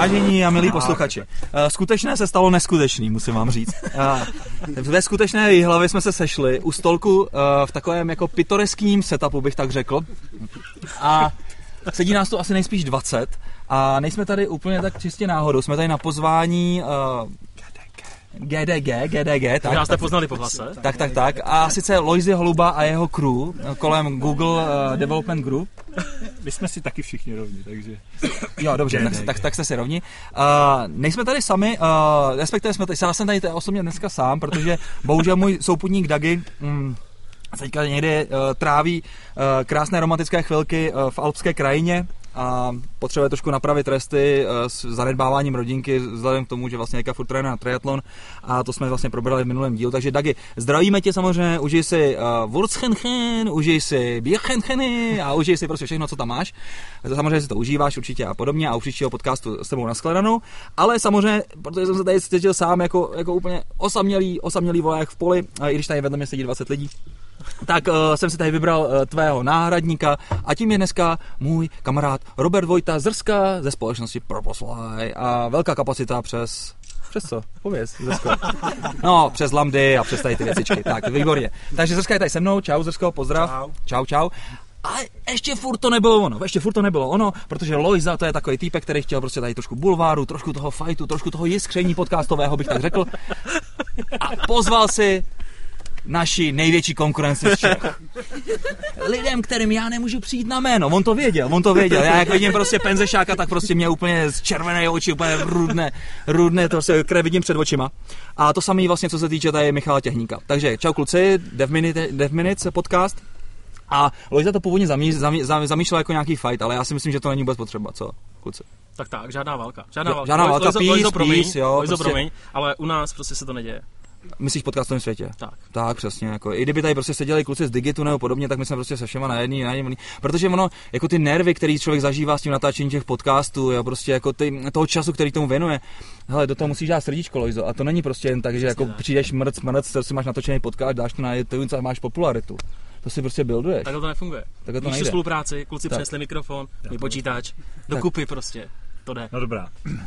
Vážení a milí posluchači, skutečné se stalo neskutečný, musím vám říct. Ve skutečné Jihlavě jsme se sešli u stolku v takovém jako pitoreskním setupu, bych tak řekl. A sedí nás tu asi nejspíš 20 a nejsme tady úplně tak čistě náhodou, jsme tady na pozvání GDG, tak. Já jste poznali po hlase. Tak. A sice Lojzy Holuba a jeho crew kolem Google Development Group. My jsme si taky všichni rovni, takže... Jo, dobře, tak jste si rovni. Nejsme tady sami, respektive já jsem tady osobně dneska sám, protože bohužel můj souputník Dagi teďka někde tráví krásné romantické chvilky v alpské krajině a potřebuje trošku napravit resty s zanedbáváním rodinky vzhledem k tomu, že vlastně furt trénuje na triatlon a to jsme vlastně probrali v minulém dílu. Takže Dagi, zdravíme tě samozřejmě, užij si Wurzchenchen, užij si Bierchencheny a užij si prostě všechno, co tam máš. Samozřejmě si to užíváš určitě a podobně a u příštího podcastu s tebou nashledanou, ale samozřejmě, protože jsem se tady cítil sám jako úplně osamělý voják v poli, i když tady vedle mě sedí 20 lidí, tak jsem si tady vybral tvého náhradníka a tím je dneska můj kamarád Robert Vojta Zrska ze společnosti Purposefly a velká kapacita přes co? Pověz, Zrsko. No, přes lambdy a přes tady ty věcičky. Tak, výborně. Takže Zrska je tady se mnou, čau Zrsko, pozdrav. Čau. A ještě furt to nebylo ono, protože Lojza to je takový týpek, který chtěl prostě tady trošku bulváru, trošku toho fightu, trošku toho jiskření podcastového, bych tak řekl. A pozval si naši největší konkurenci z Čech. Lidem, kterým já nemůžu přijít na jméno. On to věděl. Já jak vidím prostě Penzešáka, tak prostě mě úplně červené oči, úplně rudné, to prostě krev vidím před očima. A to samé vlastně, co se týče tady Michala Těhníka. Takže čau kluci, Dev Minutes podcast. A Lojza to původně zamýšlel jako nějaký fight, ale já si myslím, že to není vůbec potřeba, co, kluci? Tak, žádná válka, peace, Lojzo, promiň, ale u nás prostě se to neděje. Myslíš v podcastovém světě? Tak, přesně. Jako, i kdyby tady prostě seděli kluci z Digitu nebo podobně, tak my jsme prostě se všema na jedný. Protože ono, jako ty nervy, který člověk zažívá s tím natáčením těch podcastů, jo, prostě jako toho času, který tomu věnuje. Hele, do toho musíš dát srdíčko, Lojzo. A to není prostě jen tak, že jako přijdeš mrc, si máš natočený podcast, dáš to na YouTube a máš popularitu. To si prostě builduješ. Takhle to nefunguje. Takhle to spolupráci, kluci přinesli mikrofon, počítač, dokupy prostě. To jde. No dobrá.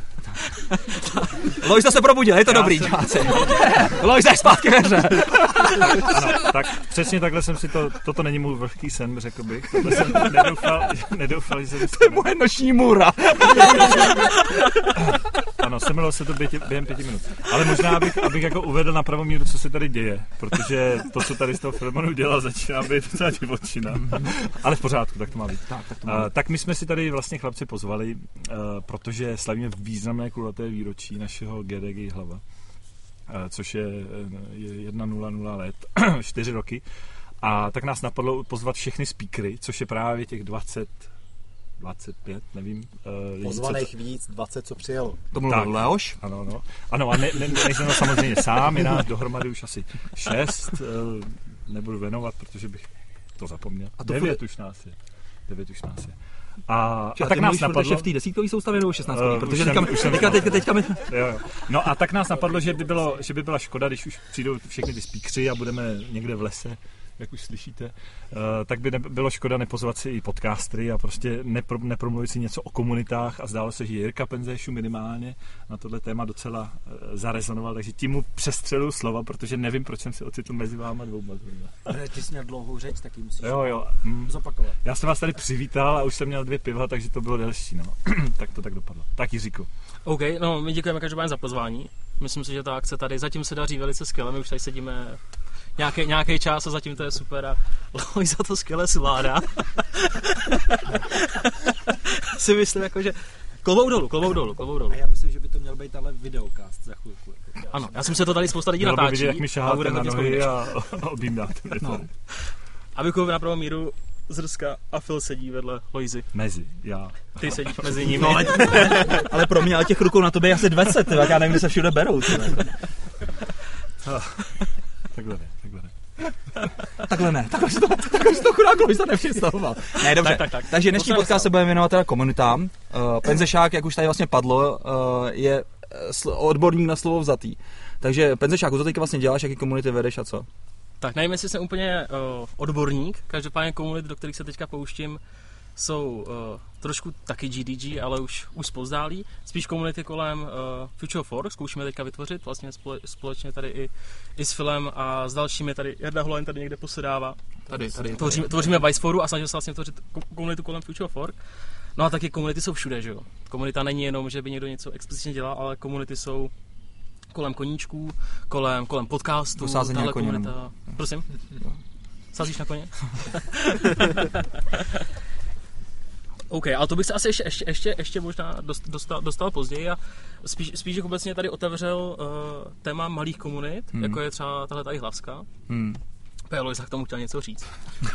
Lojza se probudil, je to dobrý, čáci. Lojza je zpátky ve hře. Ano, tak přesně takhle jsem si toto není můj vlhký sen, řekl bych. Tohle jsem nedoufal, že se to je moje noční můra. Ano, semilo se to během 5 minut. Ale možná, abych jako uvedl na pravou míru, co se tady děje. Protože to, co tady z toho Filmonu dělal, začíná být docela divočina. Ale v pořádku, tak to má být. Tak my jsme si tady vlastně chlapci pozvali, protože slavíme významné kulaté výročí našeho GDG Jihlava, což je 1.00 let, 4 roky. A tak nás napadlo pozvat všechny speakery, což je právě těch 25, nevím. Pozvaných víc, 20, co přijelo. To mluvil Leoš? Ano, a nejsem samozřejmě sám, je nás dohromady už asi 6, nebudu jmenovat, protože bych to zapomněl. A to 9 už nás je. A tak nás napadlo, v té desítkové soustavě nebo 16, protože teďka mi... Jo. No a tak nás napadlo, že by byla škoda, když už přijdou všechny ty speakeři a budeme někde v lese, jak už slyšíte, tak by bylo škoda nepozvat si i podcastery a prostě nepromluvit si něco o komunitách a zdálo se, že Jirka Penzéšu minimálně na tohle téma docela zarezonoval, takže tím mu přestřelu slova, protože nevím, proč jsem si ocitl mezi váma dvouma. Ty jsi měl dlouhou řeč, tak ji musíš zopakovat. Já jsem vás tady přivítal a už jsem měl 2 piva, takže to bylo delší, no. Tak to tak dopadlo. Tak Jiříku. OK, no my děkujeme každopádně za pozvání. Myslím si, že ta akce tady zatím se daří velice skvěle, my už tady sedíme nějaký čas a zatím to je super a Lojza to skvěle zvládá. Si myslím jako, že klobouk dolů. A já myslím, že by to měl být ale videocast za chvilku. Ano, já jsem se to tady spousta lidí natáčí. Vidět, jak mi šaháte na nohy a objímáte. No. Abych na pravou míru, Zrska a Phil sedí vedle Lojzy. Já. Ty sedíš mezi nimi. No, ale pro mě, ale těch rukou na tobě je asi 20, tak já nevím, kde se všude berou. Takhle ne. Takhle si to chudák Lojza nepředstavoval. Ne, dobře. Tak. Takže dnešní podcast se budeme věnovat teda komunitám. Penzešák, jak už tady vlastně padlo, je odborník na slovo vzatý. Takže Penzešáku, co teďka vlastně děláš, jaký komunity vedeš a co? Tak nevím, jestli jsem úplně odborník, každopádně komunity, do kterých se teďka pouštím, jsou trošku taky GDG, ale už spouzdálí. Spíš komunity kolem Future for zkoušíme teďka vytvořit, vlastně společně tady i s Filem a s dalšími, tady Jarda Holaň tady někde posedává. Tady. Tvoříme Viceforu a snažíme se vlastně tvořit komunitu kolem Future for. No a taky komunity jsou všude, že jo. Komunita není jenom, že by někdo něco explicitně dělal, ale komunity jsou kolem koníčků, kolem podcastu, tahle komunita. Prosím? Sázíš na koně? OK, ale to bych se asi ještě možná dostal později a spíš obecně tady otevřel téma malých komunit, jako je třeba tahle tady Hlavská. Loisa k tomu chtěl něco říct.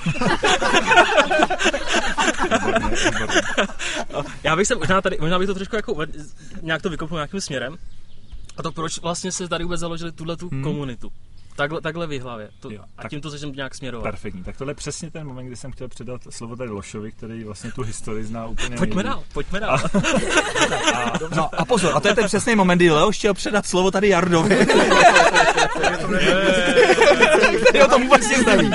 Já bych se možná bych to trošku jako nějak to vykopnul nějakým směrem. A to proč vlastně se tady vůbec založili tuhletu komunitu. Takhle v hlavě. A tím to začnu nějak směrovat. Perfektní. Tak tohle je přesně ten moment, kdy jsem chtěl předat slovo tady Lošovi, který vlastně tu historii zná úplně Pojďme dál. No a pozor, a to je ten přesný moment, kdy Leoš chtěl předat slovo tady Jardovi. Který o tom vůbec neví.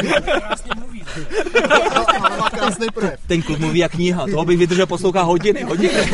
Ten klub mluví jak kniha, toho bych vydržel poslouchat hodiny.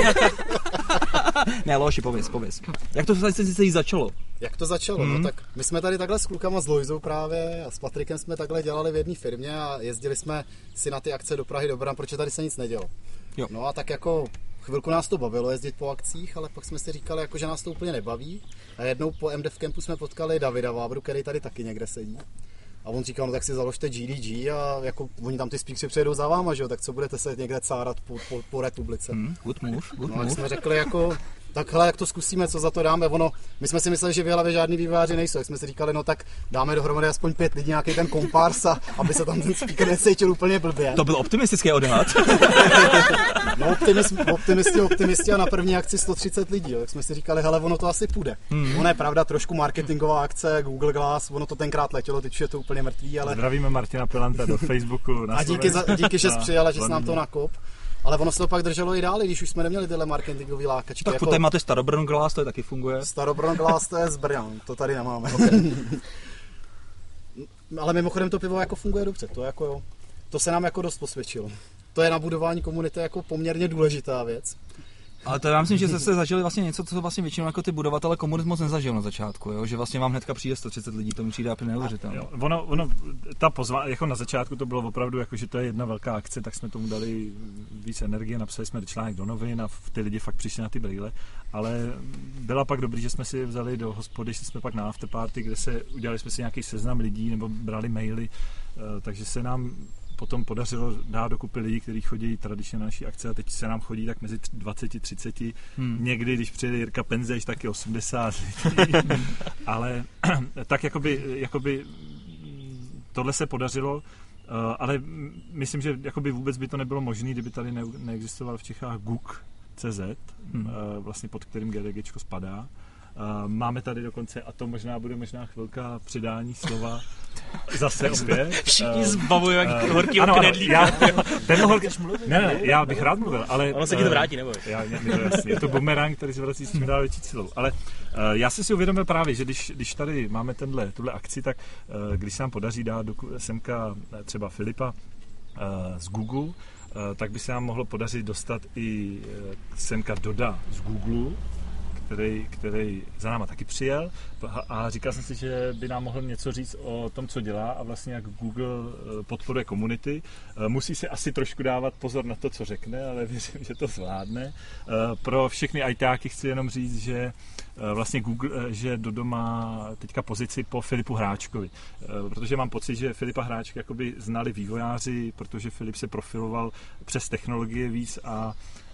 Ne, Leoši, pověz. Jak to se začalo? Jak to začalo? No tak my jsme tady takhle s klukama, s Loizou právě a s Patrikem jsme takhle dělali v jedné firmě a jezdili jsme si na ty akce do Prahy, do Brna, protože tady se nic nedělo. Jo. No a tak jako chvilku nás to bavilo jezdit po akcích, ale pak jsme si říkali, jako, že nás to úplně nebaví. A jednou po MDF Campu jsme potkali Davida Vávru, který tady taky někde sedí. A on říkal, no tak si založte GDG a jako oni tam ty speakeři přijedou za váma, že jo, tak co budete se někde cárat po republice. Good move. No, tak jsme řekli jako, tak hele, jak to zkusíme, co za to dáme, my jsme si mysleli, že v hlavě žádný vývojáři nejsou, tak jsme si říkali, no tak dáme dohromady aspoň 5 lidí, nějaký ten kompárs, aby se tam ten speaker necítil úplně blbě. To byl optimistický odhad. No optimisti a na první akci 130 lidí, jo. Tak jsme si říkali, hele, ono to asi půjde. Ono je pravda, trošku marketingová akce, Google Glass, ono to tenkrát letělo, teď je to úplně mrtvý, ale... Zdravíme Martina Pilanta do Facebooku. Na a díky, že jsi přijel a že jsi nám to nakop. Ale ono se to pak drželo i dál, když už jsme neměli tyhle marketingový lákačky. Tak jako... máte Starobrno Glass, to taky funguje. Starobrno Glass, to je z Brna, to tady nemáme. Okay. Ale mimochodem to pivo jako funguje dobře, to jako jo. To se nám jako dost posvědčilo. To je na budování komunity jako poměrně důležitá věc. Ale to já myslím, že jste zažili vlastně něco, co vlastně většinou jako ty budovatele komunit moc nezažil na začátku, jo? Že vlastně vám hnedka přijde 130 lidí, to mi přijde úplně neuvěřitelné. Ono ta jako na začátku to bylo opravdu jako, že to je jedna velká akce, tak jsme tomu dali víc energie, napsali jsme článek do novin a ty lidi fakt přišli na ty brýle, ale byla pak dobrý, že jsme si vzali do hospody, že jsme pak na afterparty, kde udělali jsme si nějaký seznam lidí nebo brali maily, takže se nám potom podařilo dát dokupy lidí, kteří chodí tradičně na naší akce a teď se nám chodí tak mezi 20-30. Někdy, když přijede Jirka Penzeš, tak je 80 lidí. Ale tak jakoby tohle se podařilo, ale myslím, že jakoby vůbec by to nebylo možné, kdyby tady neexistoval v Čechách GUK.cz, vlastně pod kterým GDGčko spadá. Máme tady dokonce, a to bude možná chvilka přidání slova zase opět. Všichni zbavují jak horký knedlík. Ne, já bych rád mluvil, ale... Ono se ti to vrátí, neboj. Je to bumerang, který se vrací s tím dál větší silou. Ale já jsem si uvědomil právě, že když tady máme tuhle akci, tak když se nám podaří dát semka třeba Filipa z Google, tak by se nám mohlo podařit dostat i semka Doda z Google, který za náma taky přijel a říkal jsem si, že by nám mohl něco říct o tom, co dělá a vlastně jak Google podporuje komunity. Musí se asi trošku dávat pozor na to, co řekne, ale věřím, že to zvládne. Pro všechny ajťáky chci jenom říct, že vlastně Google, že Dodo má teďka pozici po Filipu Hráčkovi, protože mám pocit, že Filipa Hráčka jakoby znali vývojáři, protože Filip se profiloval přes technologie víc a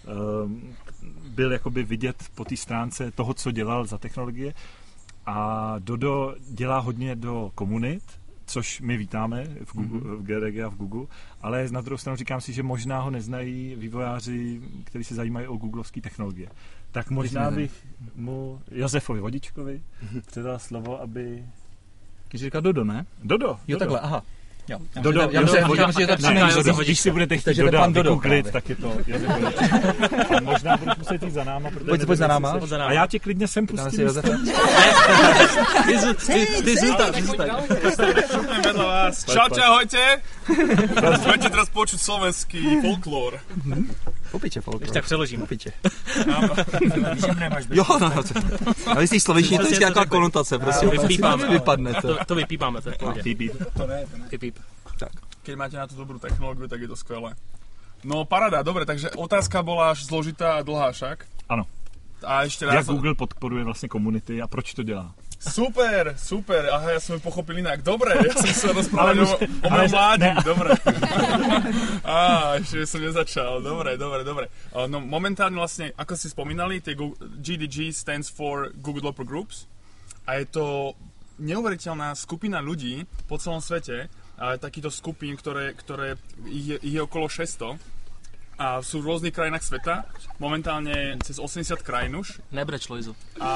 byl jakoby vidět po té stránce toho, co dělal za technologie. A Dodo dělá hodně do komunit, což my vítáme v Google, v GDG a v Google, ale na druhou stranu říkám si, že možná ho neznají vývojáři, kteří se zajímají o googlovské technologie. Tak možná bych mu Josefovi Vodičkovi předal slovo, aby... Když říká Dodo, ne? Dodo. Jo, takhle, aha. Dodo, když si budete chtít dodat, vygooglit, tak je to. A možná budeš muset jít za náma. Pojď za náma. A já tě klidně sem pustím. Ty zůstaň. Vedľa vás. Čaute, ahojte. Budete teraz počuť slovenský folklór. Popiče folklor. Tak přeložím. Popiče. Nemáš Jo, no. Ale jestli slovenštině, to je nějaká konotace, prostě. Vypadne to. To vypípáme, to je v pohodě. Píp. Tak. Keď máte na to dobrú technológiu, tak je to skvelé. No, paráda, dobre, takže otázka bola až zložitá a dlhá však. Ano. A ešte raz... Jak Google podporuje vlastně komunity a proč to dělá? Super. Aha, ja som ju pochopil inak. Dobre, ja som sa rozprával o mojom mládí. Dobre. Ešte som nezačal. Dobre. No momentálne vlastne, ako ste spomínali, tie GDG stands for Google Developer Groups a je to neuveriteľná skupina ľudí po celom svete, takýchto skupín, ktoré ich je okolo 600 a sú v rôznych krajinách sveta, momentálne cez 80 krajín už. Nebreč, Lojzo.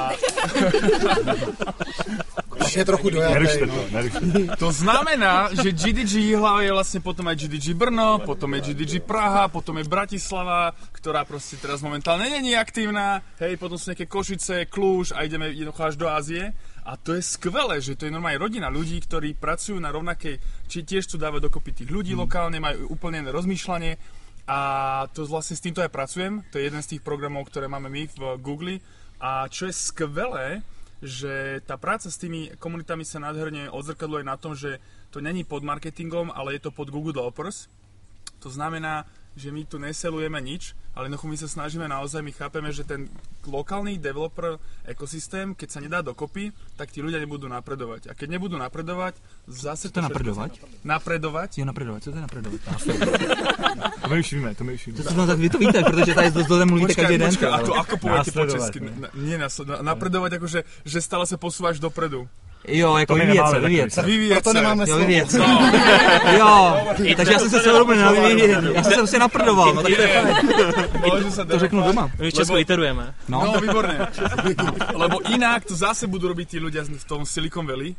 Je trochu dojatej, no. To znamená, že GDG hlavne je vlastne potom aj GDG Brno, potom je GDG Praha, potom je Bratislava, ktorá proste teraz momentálne nie je aktívna, hej, potom sú nejaké Košice, Kluž a ideme jednoducho až do Ázie. A to je skvelé, že to je normálne rodina ľudí, ktorí pracujú na rovnakej, či tiež chcú dávať dokopy tých ľudí lokálne, majú úplne iné rozmýšľanie. A to vlastne s týmto aj pracujem, to je jeden z tých programov, ktoré máme my v Google. A čo je skvelé, že tá práca s tými komunitami sa nádherne odzrkadluje na tom, že to není pod marketingom, ale je to pod Google Developers. To znamená, že my tu neselujeme nič, ale my sa snažíme naozaj, my chápeme, že ten lokálny developer ekosystém, keď sa nedá dokopy, tak tí ľudia nebudú napredovať. A keď nebudú napredovať, zase to napredovať? Napredovať? Jo, napredovať, co to je napredovať? To my už víme. No tak vy to víte, protože tady to mluvíte každý den. A to ako poviete po česky? Nie nasledovať. Napredovať akože, že stále sa posúvaš dopredu. Jo, jako vyvíjet se. Proto nemáme slovo. Vyvíjet se. Jo, takže já jsem se celou dobu nevyvíjet. Já jsem se prostě naprdoval, no tak to je fajn. To řeknu doma. My v Česku iterujeme. No, výborné. Lebo inak to zase budú robiť tí ľudia v tom Silicon Valley.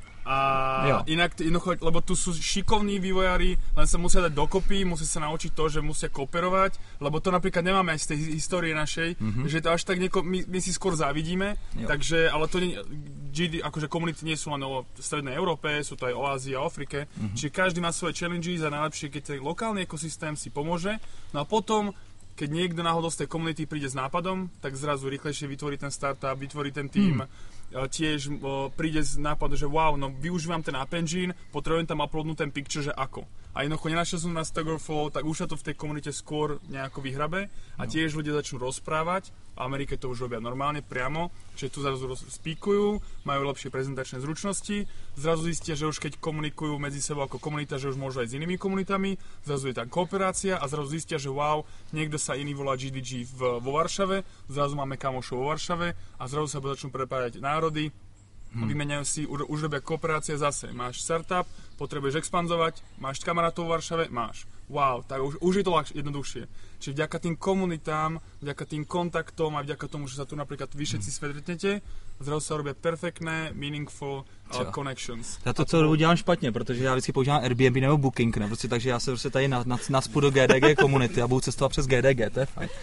A inak, lebo tu sú šikovní vývojári, len sa musia dať dokopy, musia sa naučiť to, že musia kooperovať, lebo to napríklad nemáme aj z tej histórie našej, že to až tak my si skôr závidíme, takže, ale to nie, akože komunity nie sú len o strednej Európe, sú to aj o Ázii a Afrike, čiže každý má svoje challenges a najlepšie, keď ten lokálny ekosystém si pomôže, no a potom keď niekto náhodou z tej komunity príde s nápadom, tak zrazu rýchlejšie vytvorí ten startup, vytvorí ten tím, tiež príde z nápadu, že wow, no využívam ten App Engine, potrebujem tam uploadnúť ten picture, že ako. A jednoducho nenašiel som na Stack Overflow, tak už sa to v tej komunite skôr nejako vyhrabe a tiež ľudia začnú rozprávať. V Amerike to už robia normálne, priamo, že tu zrazu spíkujú, majú lepšie prezentačné zručnosti, zrazu zistia, že už keď komunikujú medzi sebou ako komunita, že už môžu aj s inými komunitami, zrazu je tam kooperácia a zrazu zistia, že wow, niekto sa iný volá GDG vo Varšave, zrazu máme kamošov vo Varšave a zrazu sa začnú prepájať národy, vymeniajú si, už robia kooperácie zase. Máš startup, potrebuješ expandovať, máš kamarátov v Varšave, máš. Wow, tak už je to jednoduchšie. Čiže vďaka tým komunitám, vďaka tým kontaktom a vďaka tomu, že sa tu napríklad vy všetci stretnete, zrazu sa robia perfektné, meaningful connections. Já to celou dobu dělám špatně, protože já vždycky používám Airbnb nebo Booking, ne? Prostě, takže já se prostě tady naspu do GDG komunity a budu cestovat přes GDG, to je fajn.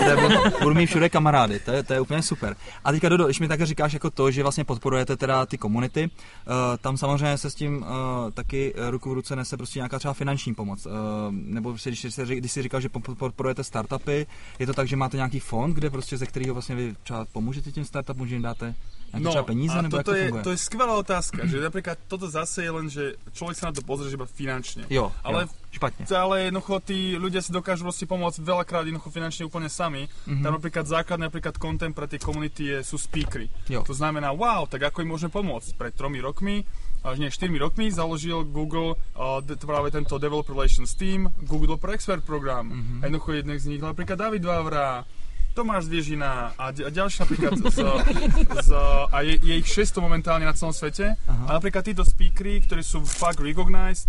Budu mít všude kamarády, to je úplně super. A teďka Dodo, když mi také říkáš jako to, že vlastně podporujete teda ty komunity, tam samozřejmě se s tím taky ruku v ruce nese prostě nějaká třeba finanční pomoc. Nebo prostě, když jsi říkal, že podporujete startupy, je to tak, že máte nějaký fond, kde prostě ze kterého vlastně vy třeba pomůžete těm startupům, že jim dáte třeba peníze, nebo jak to funguje? To je skvelá otázka, že napríklad toto zase je len, že človek sa na to pozrie, že iba finančne. Ale špatne. Ale jednoducho tí ľudia si dokážu vlastne pomôcť veľakrát jednoducho finančne úplne sami. Tam napríklad základný content pre tie komunity sú speakery. To znamená, wow, tak ako im môžeme pomôcť? Pred 3 rokmi, až nie 4 rokmi založil Google práve tento Developer Relations Team, Google Developer Expert program. A jednoducho jedných z nich napríklad David Vávra, Tomáš Zviežina a ďalší napríklad a je ich 600 momentálne na celom svete. A napríklad títo speakery, ktorí sú fakt recognized,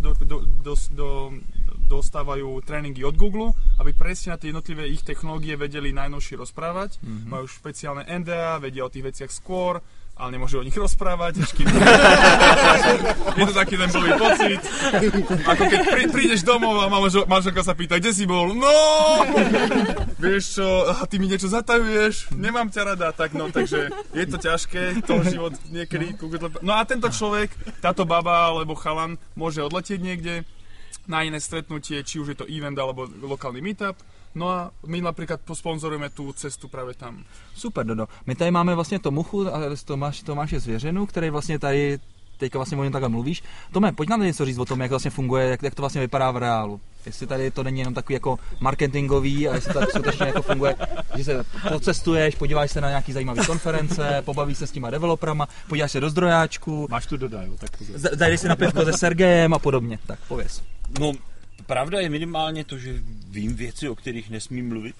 dostávajú tréningy od Google, aby presne na tie jednotlivé ich technológie vedeli najnovšie rozprávať. Majú špeciálne NDA, vedia o tých veciach skôr, ale nemôžu o nich rozprávať. Je to taký ten blbý pocit. Ako keď prídeš domov a manželka sa pýta, kde si bol? No! Vieš čo, ty mi niečo zatajuješ, nemám ťa rada, tak no, takže je to ťažké, to život niekedy... No a tento človek, táto baba alebo chalan môže odletieť niekde na iné stretnutie, či už je to event alebo lokálny meetup. No a my například sponzorujeme tu cestu právě tam. Super, Dodo. My tady máme vlastně Tomuchu a Tomáše Zvěřinu, který vlastně tady teďka vlastně o něm takhle mluvíš. Tome, pojď nám něco říct o tom, jak vlastně funguje, jak to vlastně vypadá v reálu. Jestli tady to není jenom takový jako marketingový a jestli to skutečně jako funguje, že se pocestuješ, podíváš se na nějaký zajímavý konference, pobavíš se s těma developerama, podíváš se do zdrojáčku. Máš tu Doda, jo, tak pozor. Zajdeš si na pivko se Sergejem a podobně. Tak pověz. No, pravda je minimálně to, že vím věci, o kterých nesmím mluvit.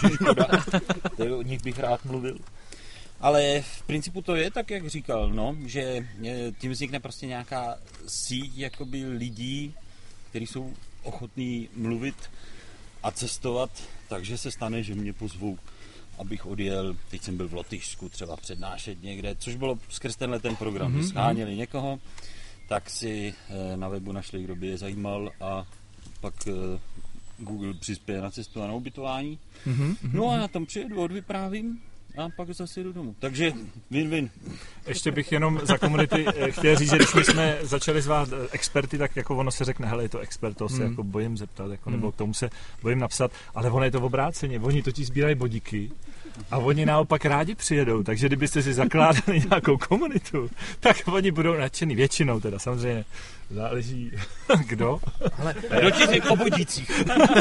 O nich bych rád mluvil. Ale v principu to je tak, jak říkal, no, že tím vznikne prostě nějaká síť jakoby lidí, kteří jsou ochotní mluvit a cestovat, takže se stane, že mě pozvou, abych odjel, teď jsem byl v Lotyšsku třeba přednášet někde, což bylo skrz tenhle ten program, že scháněli někoho, tak si na webu našli, kdo by je zajímal a pak Google přispěje na cestu a na ubytování. No a já tam přijedu, odvyprávím a pak zase jdu domů. Takže win-win. Ještě bych jenom za komunity chtěl říct, že když my jsme začali zvát experty, tak jako ono se řekne, hele, je to expert, toho se jako bojím zeptat, jako, nebo k tomu se bojím napsat, ale ono je to v obráceně. Oni totiž sbírají bodíky a oni naopak rádi přijedou, takže kdybyste si zakládali nějakou komunitu, tak oni budou nadšený, většinou teda, samozřejmě záleží kdo. Kdo ti řekl o bodících?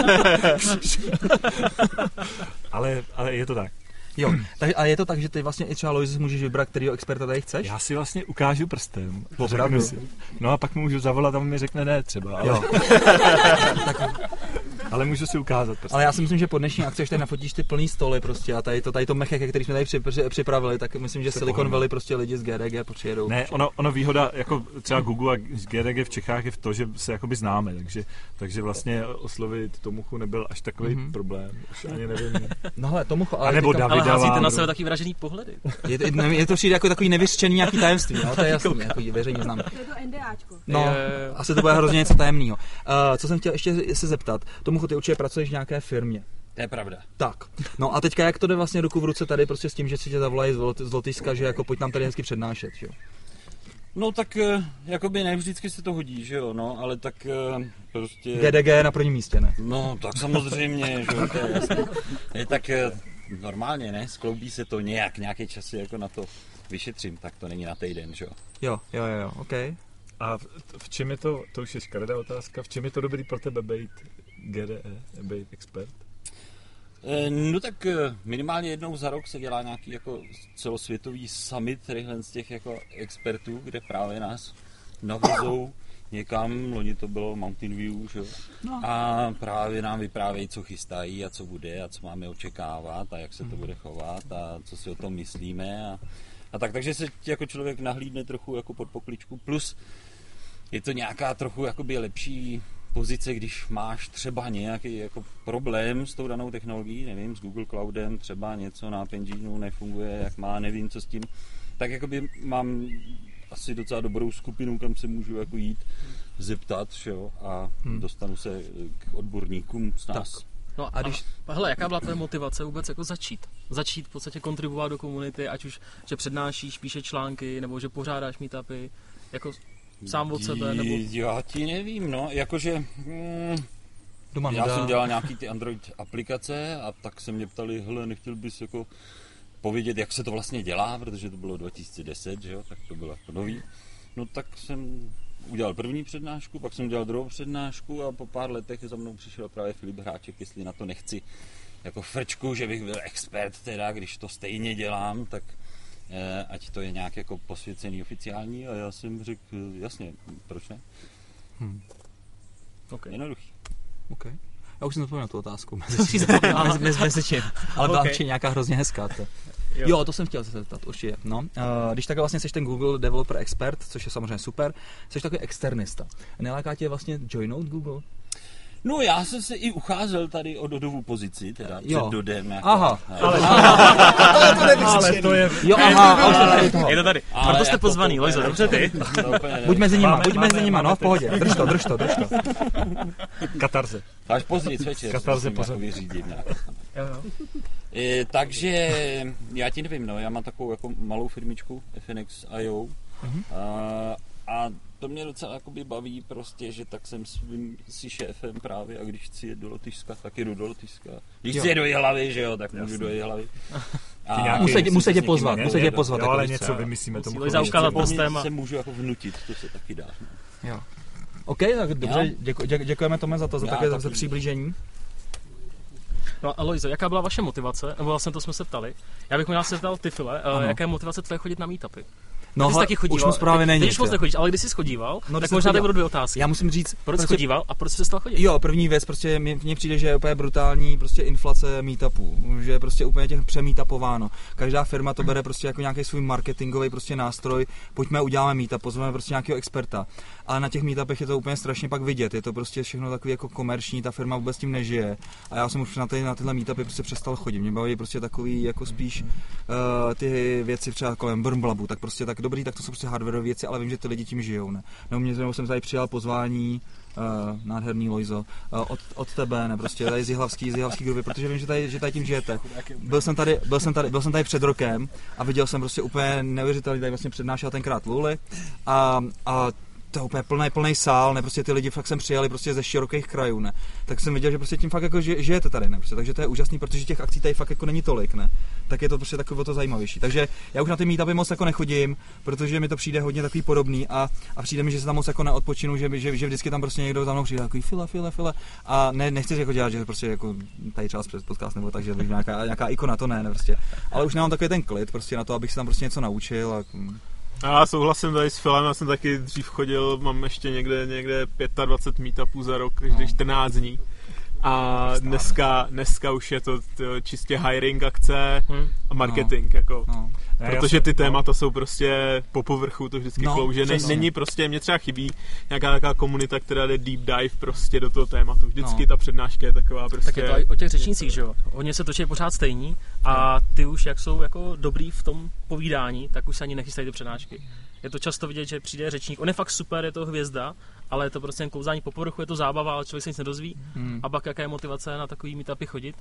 ale je to tak. Jo, a je to tak, že ty vlastně i třeba Lois můžeš vybrat, kterýho experta tady chceš? Já si vlastně ukážu prstem. No a pak mu můžu zavolat a on mi řekne ne třeba. Ale, jo. Ale můžu si ukázat prstem. Ale já si myslím, že po dnešní akci, až tady nafotíš ty plný stoly prostě a tady to mechek, který jsme tady připravili, tak myslím, že Silicon Valley prostě lidi z GDG přijedou. Ne, ono výhoda jako třeba Google a GDG v Čechách je v to, že se jakoby známe, takže vlastně oslovit Tomuchu nebyl až takový problém. Už ani nevím. No hele, Tomuchu, ale nebo Davida. Ale házíte na sebe taky vražený pohledy. Je to přijde jako takový nevyřčený nějaký tajemství, no, to je jasný, jako veřejně znám. To je to NDAčko. No, asi to bude hrozně něco tajemného. Co jsem chtěl ještě se zeptat, Tomuchu, ty určitě pracuješ v nějaké firmě. To je pravda. Tak, no a teďka jak to jde vlastně ruku v ruce tady prostě s tím, že si tě zavolají z Lotyšska, že jako pojď nám tady hezky přednášet, že jo? No tak jakoby ne vždycky se to hodí, že jo, no, ale tak prostě... GDG na prvním místě, ne? No, tak samozřejmě, že jo, to je jasný. Je tak normálně, ne, skloubí se to nějaký čas jako na to vyšetřím, tak to není na týden, že jo. Jo, ok. A v čem je to už je škaredá otázka, v čem je to dobrý pro tebe být GDE, být expert? No tak minimálně jednou za rok se dělá nějaký jako celosvětový summit z těch jako expertů, kde právě nás navozou někam, loni to bylo Mountain View, že? No. A právě nám vyprávějí, co chystají a co bude a co máme očekávat a jak se to bude chovat a co si o tom myslíme a tak, takže se jako člověk nahlídne trochu jako pod pokličku, plus je to nějaká trochu jakoby lepší pozice, když máš třeba nějaký jako problém s tou danou technologií, nevím, s Google Cloudem, třeba něco na App Engineu nefunguje, jak má, nevím, co s tím, tak jakoby mám asi docela dobrou skupinu, kam se můžu jako jít zeptat, jo, a dostanu se k odborníkům z nás. Tak. No a když, hele, jaká byla tvoje motivace vůbec jako začít? Začít v podstatě kontribuovat do komunity, ať už, že přednášíš, píše články, nebo že pořádáš meetupy, jako sám od sebe, nebo... Já ti nevím, no, jakože... já jsem dělal nějaký ty Android aplikace a tak se mě ptali, hele, nechtěl bys jako povědět, jak se to vlastně dělá, protože to bylo 2010, že jo, tak to bylo jako nový. No tak jsem udělal první přednášku, pak jsem udělal druhou přednášku a po pár letech za mnou přišel právě Filip Hráček, jestli na to nechci jako frčku, že bych byl expert teda, když to stejně dělám, tak ať to je nějak jako posvěcený oficiální a já jsem řekl, jasně, proč ne? Okay. Jednoduchý. Okay. Já už jsem zapomněl tu otázku. Mezi čím. Ale byla určitě nějaká hrozně hezká. Jo, to jsem chtěl se zeptat, určitě. No, když takhle vlastně jsi ten Google Developer Expert, což je samozřejmě super, jsi takový externista. Neláká tě vlastně joinout Google? No já jsem se i ucházel tady o Dodovou pozici, teda před Dodem. Jako, aha. Ale to je... Jo, aha, je to tady. Proto jste pozvaný, Lojzo, dobře ty? Buď mezi nima, no v pohodě. Drž to. Katarze. Až později večer. Katarze pořád. Vyřídím nějak. Takže já ti nevím, no, já mám takovou jako malou firmičku FNX.io a to mě docela jakoby baví prostě, že tak jsem svým si šéfem právě a když chci jet do Lotyšska, tak jedu do Lotyšska. Když chci jet do Jihlavy, že jo, tak můžu do Jihlavy. Musí tě pozvat, jo, ale něco vymyslíme tomu. Musí zaukázat postem se můžu jako vnutit, to se taky dá. Jo. OK, tak dobře, děkujeme Tome za také přiblížení. No a Lojzo, jaká byla vaše motivace? Nebo vlastně to jsme se ptali. Já bych možná se ptal ty, File, jaká je motivace tvoje chodit na meetupy? No, taky už moc právě není. Když moc nechodíš, ale když jsi schodíval, tak možná tady budou dvě otázky. Já musím říct, proč jsi chodíval a proč jsi přestal chodit? Jo, první věc, prostě mně přijde, že je úplně brutální prostě inflace meetupů, že je prostě úplně těch přemeetupováno. Každá firma to bere prostě jako nějaký svůj marketingový prostě nástroj, pojďme uděláme meetup, pozveme prostě nějakého experta. Ale na těch meetupech je to úplně strašně pak vidět, je to prostě všechno takový jako komerční, ta firma vůbec tím nežije. A já jsem už na tyhle meetupy prostě přestal chodit. Mě baví prostě takový jako spíš ty věci třeba kolem Brmblabu, tak prostě tak dobrý, tak to jsou prostě hardwareové věci, ale vím, že ty lidi tím žijou, ne. Nebo jsem tady přijal pozvání nádherný Lojzo, od tebe, ne, prostě tady z jihlavský grupy, protože vím, že tady tím žijete. Byl jsem tady před rokem a viděl jsem prostě úplně neuvěřitelný, tady vlastně přednášel tenkrát Luli a to je úplně plný sál, ne, prostě ty lidi fakt sem přijali prostě ze širokých krajů, ne. Tak jsem viděl, že prostě tím fakt jako žijete tady, ne, prostě, takže to je úžasný, protože těch akcí tady fakt jako není tolik, ne. Tak je to prostě takové to zajímavější. Takže já už na ty meetupy moc jako nechodím, protože mi to přijde hodně takový podobný a přijde mi, že se tam moc jako neodpočinu, že vždycky tam prostě někdo za mnou přijde takový file a nechci jako dělat, že prostě jako tady třeba přes podcast nebo takže nějaká ikona, to ne prostě. Ale už nemám takový ten klid prostě na to, abych se tam prostě něco naučil a já souhlasím tady s Filem, já jsem taky dřív chodil, mám ještě někde 25 meetupů za rok, každý 14 dní. A dneska už je to čistě hiring akce a marketing, jako. Protože ty témata jsou prostě po povrchu, to vždycky klouže. Není prostě, mě třeba chybí nějaká taková komunita, která jde deep dive prostě do toho tématu. Vždycky ta přednáška je taková prostě... Tak je to o těch řečnících, že jo? Hodně se točí pořád stejní a ty už jak jsou jako dobrý v tom povídání, tak už se ani nechystají ty přednášky. Je to často vidět, že přijde řečník, on je fakt super, je to hvězda, ale je to prostě jen klouzání po povrchu, je to zábava, ale člověk se nic nedozví. A pak jaká je motivace na takový meetupy chodit?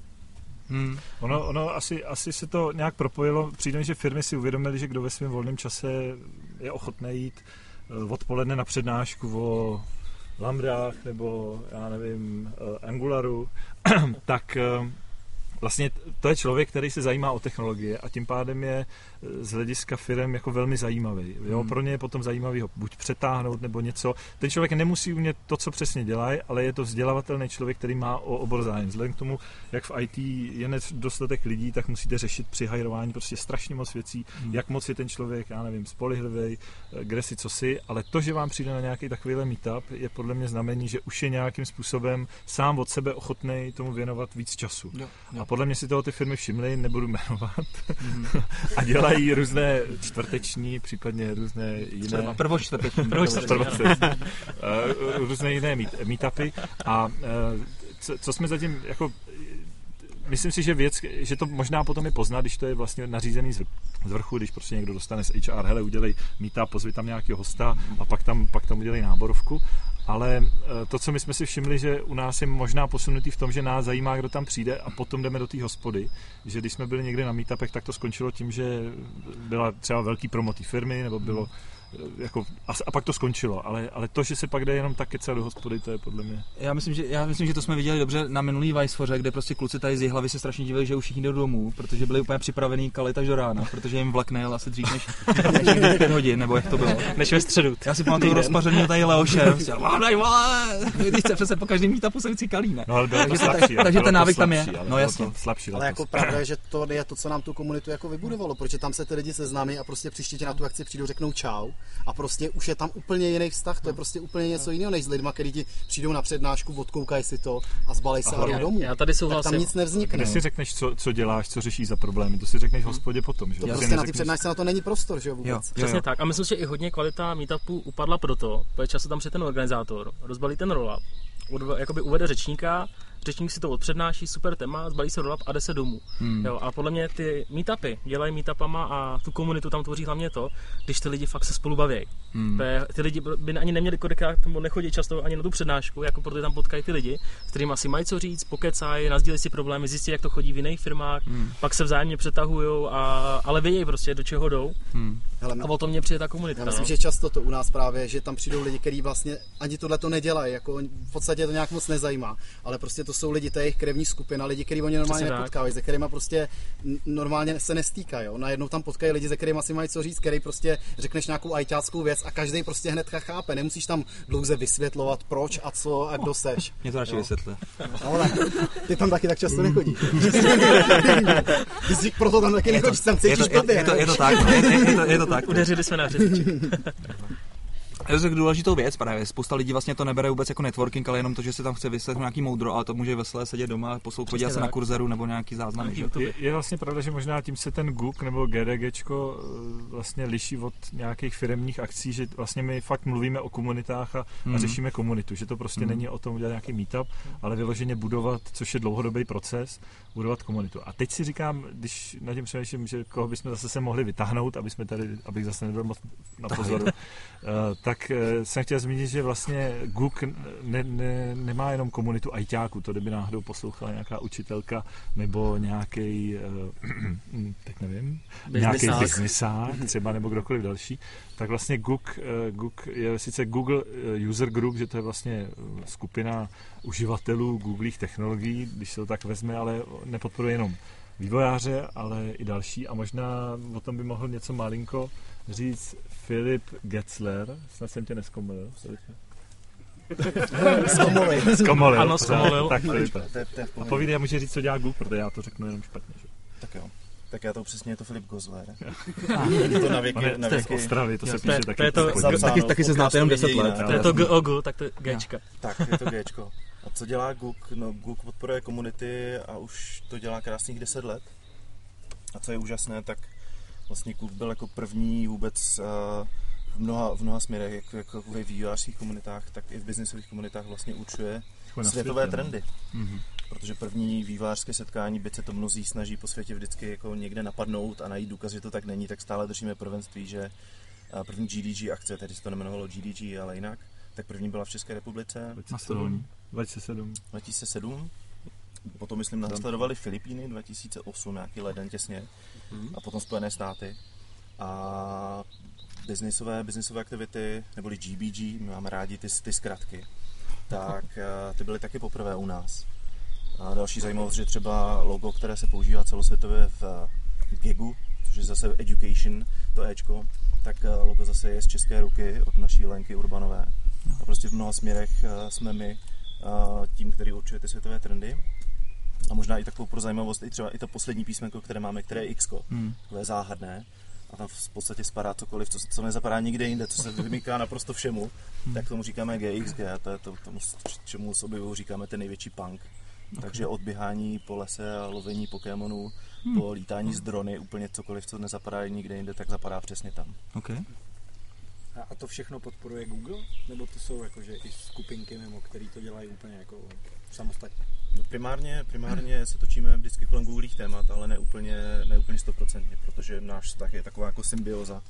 Ono asi se to nějak propojilo. Přijde mi, že firmy si uvědomily, že kdo ve svém volném čase je ochotný jít odpoledne na přednášku o lambdách nebo já nevím, Angularu, tak vlastně to je člověk, který se zajímá o technologie a tím pádem je z hlediska firem jako velmi zajímavý. Jo? Pro ně je potom zajímavý ho buď přetáhnout nebo něco. Ten člověk nemusí umět to, co přesně dělají, ale je to vzdělavatelný člověk, který má o obor zájem. Vzhledem k tomu, jak v IT je dostatek lidí, tak musíte řešit při hajrování prostě strašně moc věcí, jak moc je ten člověk, já nevím, spolehlivý, kde si co si, ale to, že vám přijde na nějaký takovýhle meetup, je podle mě znamení, že už je nějakým způsobem sám od sebe ochotný tomu věnovat víc času. Jo. A podle mě si toho ty firmy všimly, nebudu jmenovat, a dělají různé čtvrteční, případně různé jiné... Prvočtvrteční. Různé jiné meetupy. A co jsme zatím jako... Myslím si, že to možná potom je poznat, když to je vlastně nařízený z vrchu, když prostě někdo dostane z HR, hele, udělej meetup, pozvi tam nějakého hosta a pak tam udělej náborovku. Ale to, co my jsme si všimli, že u nás je možná posunutý v tom, že nás zajímá, kdo tam přijde a potom jdeme do té hospody. Že když jsme byli někde na meetupech, tak to skončilo tím, že byla třeba velký promo té firmy, nebo bylo jako, a pak to skončilo, ale to, že se pak jde jenom tak kecat do hospody, to je podle mě. Já myslím, že to jsme viděli dobře na minulý Vicefoře, kde prostě kluci tady z Jihlavy se strašně divili, že už všichni jdou domů, protože byli úplně připravený kalit až do rána, protože jim vlak nejel asi dřív než 5 hodin, nebo jak to bylo. Než ve středu. Já si pamatuju rozpařený tady Leoše, když se přece po každém meetupu se vždycky kalí, ne? No, ale takže ten návyk tam je. No jasně. Slabší, ale jako pravda je, že to je to, co nám tu komunitu jako vybudovalo, protože tam se ty lidi seznámí a prostě příště na tu akci přijdou, řeknou čau. A prostě už je tam úplně jiný vztah, to je prostě úplně něco jiného než s lidma, kteří ti přijdou na přednášku, odkoukají si to a zbalej se a jdou domů. Já tady souhlasím. Tak tam nic nevznikne. Když si řekneš, co děláš, co řešíš za problémy, to si řekneš v hospodě potom, že? To prostě na ty přednášce na to není prostor, že jo, vůbec. Přesně tak. A myslím, že i hodně kvalita meetupů upadla proto, protože často tam přijde ten organizátor, rozbalí ten roll-up jakoby uvede řečníka, řečník si to odpřednáší, super téma, zbalí se rollup a jde se domů. Jo, a podle mě ty meetupy dělají meetupama a tu komunitu tam tvoří hlavně to, když ty lidi fakt se spolu baví. Ty lidi by ani neměli kolikrát, nebo nechodí často ani na tu přednášku, jako protože tam potkají ty lidi, s kterými asi mají co říct, pokecají, nasdílejí si problémy, zjistí, jak to chodí v jiných firmách, pak se vzájemně přetahujou, ale vědějí prostě, do čeho jdou. Hele, a o tom mě přijde ta komunita. Já myslím, že často to u nás právě, že tam přijdou lidi, kteří vlastně ani tohle to nedělají, jako v podstatě to nějak moc nezajímá, ale prostě to jsou lidi, to je jejich krevní skupina, lidi, kteří oni normálně nepotkávají, se kterými prostě normálně se nestýkají. Najednou tam potkají lidi, se kterými si mají co říct, který prostě řekneš nějakou ajťáckou věc a každý prostě hned chápe. Nemusíš tam dlouze vysvětlovat, proč a co a kdo seš. Mě to radši vysvětlí. Ale ty tam taky tak často nechodíš. Proto tam taky nechodíš, tam cítíš blbě. Je to tak. Udeřili jsme na řeči. Je to důležitou věc právě. Spousta lidí vlastně to nebere vůbec jako networking, ale jenom to, že si tam chce vyslechnout nějaký moudro, ale to může veselé sedět doma, podívat se na kurzeru nebo nějaký záznam. Je vlastně pravda, že možná tím se ten GUK nebo GDGčko vlastně liší od nějakých firemních akcí, že vlastně my fakt mluvíme o komunitách a řešíme komunitu, že to prostě není o tom udělat nějaký meetup, ale vyloženě budovat, což je dlouhodobý proces, budovat komunitu. A teď si říkám, když na tím přemýšlím, že koho bychom zase se mohli vytáhnout, aby jsme tady, abych zase nebyl moc na pozoru, tak jsem chtěl zmínit, že vlastně GUK nemá jenom komunitu ajťáků, to kdyby náhodou poslouchala nějaká učitelka nebo nějaký, teď nevím, nějaký biznisák třeba nebo kdokoliv další, tak vlastně GUK je sice Google User Group, že to je vlastně skupina uživatelů Googleých technologií, když se to tak vezme, ale nepodporuje jenom vývojáře, ale i další a možná o tom by mohl něco malinko říct Filip Getzler, snad jsem tě neskomolil. Zkomolil. Ano, zkomolil. Tak Filipe. A povídej, já můžu říct, co dělá Google, protože já to řeknu jenom špatně. Že? Tak jo. Tak já to přesně je to Filip Gozler. Je to na věky. To je z Ostravy, to se píše taky se znáte jenom 10 let. To je to GOG, tak to je Gčka. Tak, je to Gčko. A co dělá GUK? No, GUK podporuje komunity a už to dělá krásných 10 let. A co je úžasné, tak vlastně GUK byl jako první vůbec v mnoha směrech, jako ve vývojářských komunitách, tak i v biznisových komunitách vlastně určuje světové trendy. Protože první vývojářské setkání, byť se to mnozí snaží po světě vždycky jako někde napadnout a najít důkaz, že to tak není, tak stále držíme prvenství, že první GDG akce, tedy se to nemenovalo GDG, ale jinak, tak první byla v České republice. 2007. Potom, myslím, následovali Filipíny 2008, nějaký leden těsně. A potom Spojené státy. A biznisové aktivity, neboli GBG, my máme rádi ty zkratky, tak ty byly taky poprvé u nás. A další zajímavost, že třeba logo, které se používá celosvětově v GEGu, což je zase Education, to Ečko, tak logo zase je z české ruky od naší Lenky Urbanové. A prostě v mnoha směrech jsme my tím, který určuje ty světové trendy. A možná i takovou pro zajímavost, i třeba i to poslední písmenko, které máme, které je X-ko, to je záhadné. A tam v podstatě spadá cokoliv, co nezapadá nikde jinde, co se vymyká naprosto všemu, tak tomu říkáme GXG, a to je tomu, čemu s objevu říkáme ten největší punk. Takže od běhání po lese a lovení Pokémonů, po lítání z drony, úplně cokoliv, co nezapadá nikde jinde, tak zapadá přesně tam. Okay. A to všechno podporuje Google? Nebo to jsou jakože i skupinky, nebo který to dělají úplně jako samostatně? No primárně se točíme vždycky kolem Googleých témat, ale ne úplně 100%, protože náš vztah je taková jako symbioza.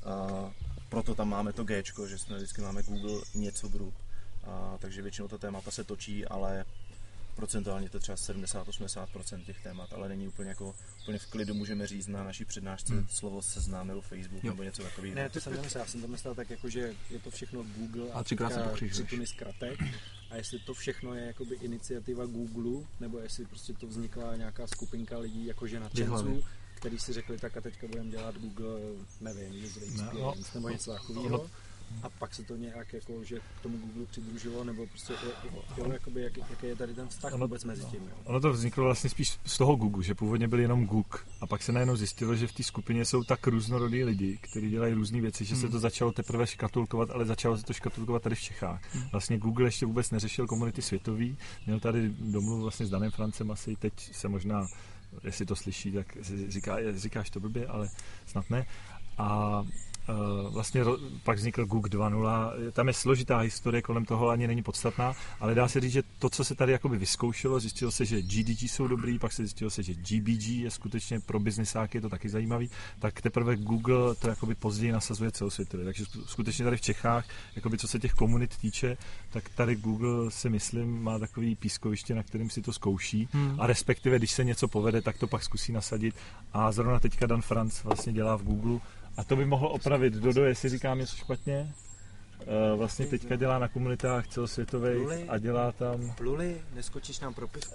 Proto tam máme to Gčko, že vždycky máme Google něco group. Takže většinou ta témata se točí, ale procentuálně to třeba 70-80% těch témat, ale není úplně v klidu, můžeme říct na naší přednášce slovo seznam nebo Facebook nebo něco takového. Ne, to jsem nemyslel, já jsem to myslel tak jako, že je to všechno Google a 3 tuny zkratek. A jestli to všechno je jakoby iniciativa Google, nebo jestli prostě to vznikla nějaká skupinka lidí jakože nadšenců, který si řekli, tak a teďka budeme dělat Google, nevím, nebo něco takového. A pak se to nějak jako, že k tomu Google přidružilo, nebo prostě jakoby, jaký je tady ten vztah vůbec mezi tím. Jo? Ono to vzniklo vlastně spíš z toho Google, že původně byl jenom Google a pak se najednou zjistilo, že v té skupině jsou tak různorodí lidi, kteří dělají různé věci, že se to začalo teprve škatulkovat, ale začalo se to škatulkovat tady v Čechách. Vlastně Google ještě vůbec neřešil komunity světový, měl tady domluvu vlastně s Danem Francem, asi teď se možná, jestli to slyší, tak říkáš to blbě, ale snad ne. A vlastně pak vznikl GUG 2.0. Tam je složitá historie kolem toho, ani není podstatná, ale dá se říct, že to, co se tady jakoby vyzkoušelo, zjistilo se, že GDG jsou dobrý, pak se zjistilo se, že GBG je skutečně pro biznesáky, je to taky zajímavý, tak teprve Google to jakoby později nasazuje celosvětově. Takže skutečně tady v Čechách, jakoby co se těch komunit týče, tak tady Google si myslím má takový pískoviště, na kterém si to zkouší a respektive, když se něco povede, tak to pak zkusí nasadit a zrovna teďka Dan Franz vlastně dělá v Google. A to by mohl opravit Dodo, jestli říkám něco špatně. Vlastně teďka dělá na komunitách celosvětových a dělá tam... Pluli, neskočíš nám propisku?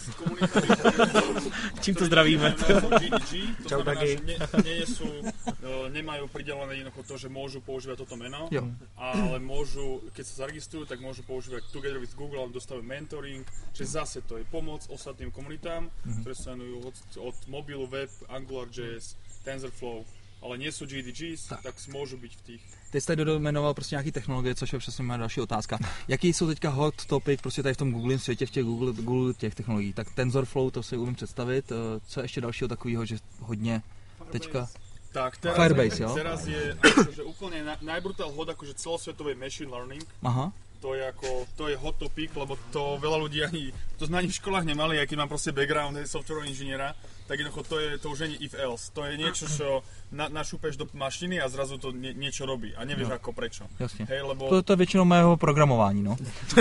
Čím to zdravíme? Čau, Dagi. Nemajú pridelené jednoducho to, že môžu používať toto meno, ale môžu, keď sa zaregistrujú, tak môžu používať Together with Google, ale dostávajú mentoring, že zase to je pomoc ostatným komunitám, ktoré sa venujú od mobilu, web, AngularJS, TensorFlow, ale nie sú GDGs, tak môžu byť v tých. Ty jste jmenoval prostě nějaký technologie, což je přesně moje další otázka. Jaký jsou teďka hot topic prostě tady v tom Googlovém světě, v těch Google těch technologií? Tak TensorFlow, to si umím představit. Co ještě dalšího takového, že hodně teďka... Tak, teraz, Firebase, jo? Teraz je akože úplne najbrutál hod akože celosvetový machine learning. Aha. To je hot topic, lebo to veľa ľudí to sme ani v školách nemali, aj keď mám proste background softwarového inžiniera, tak jednoducho to už nie if else. To je niečo, čo našúpeš do mašiny a zrazu to niečo robí a nevieš ako prečo. Jasne. Hej, lebo... To je většinou mého programování, no.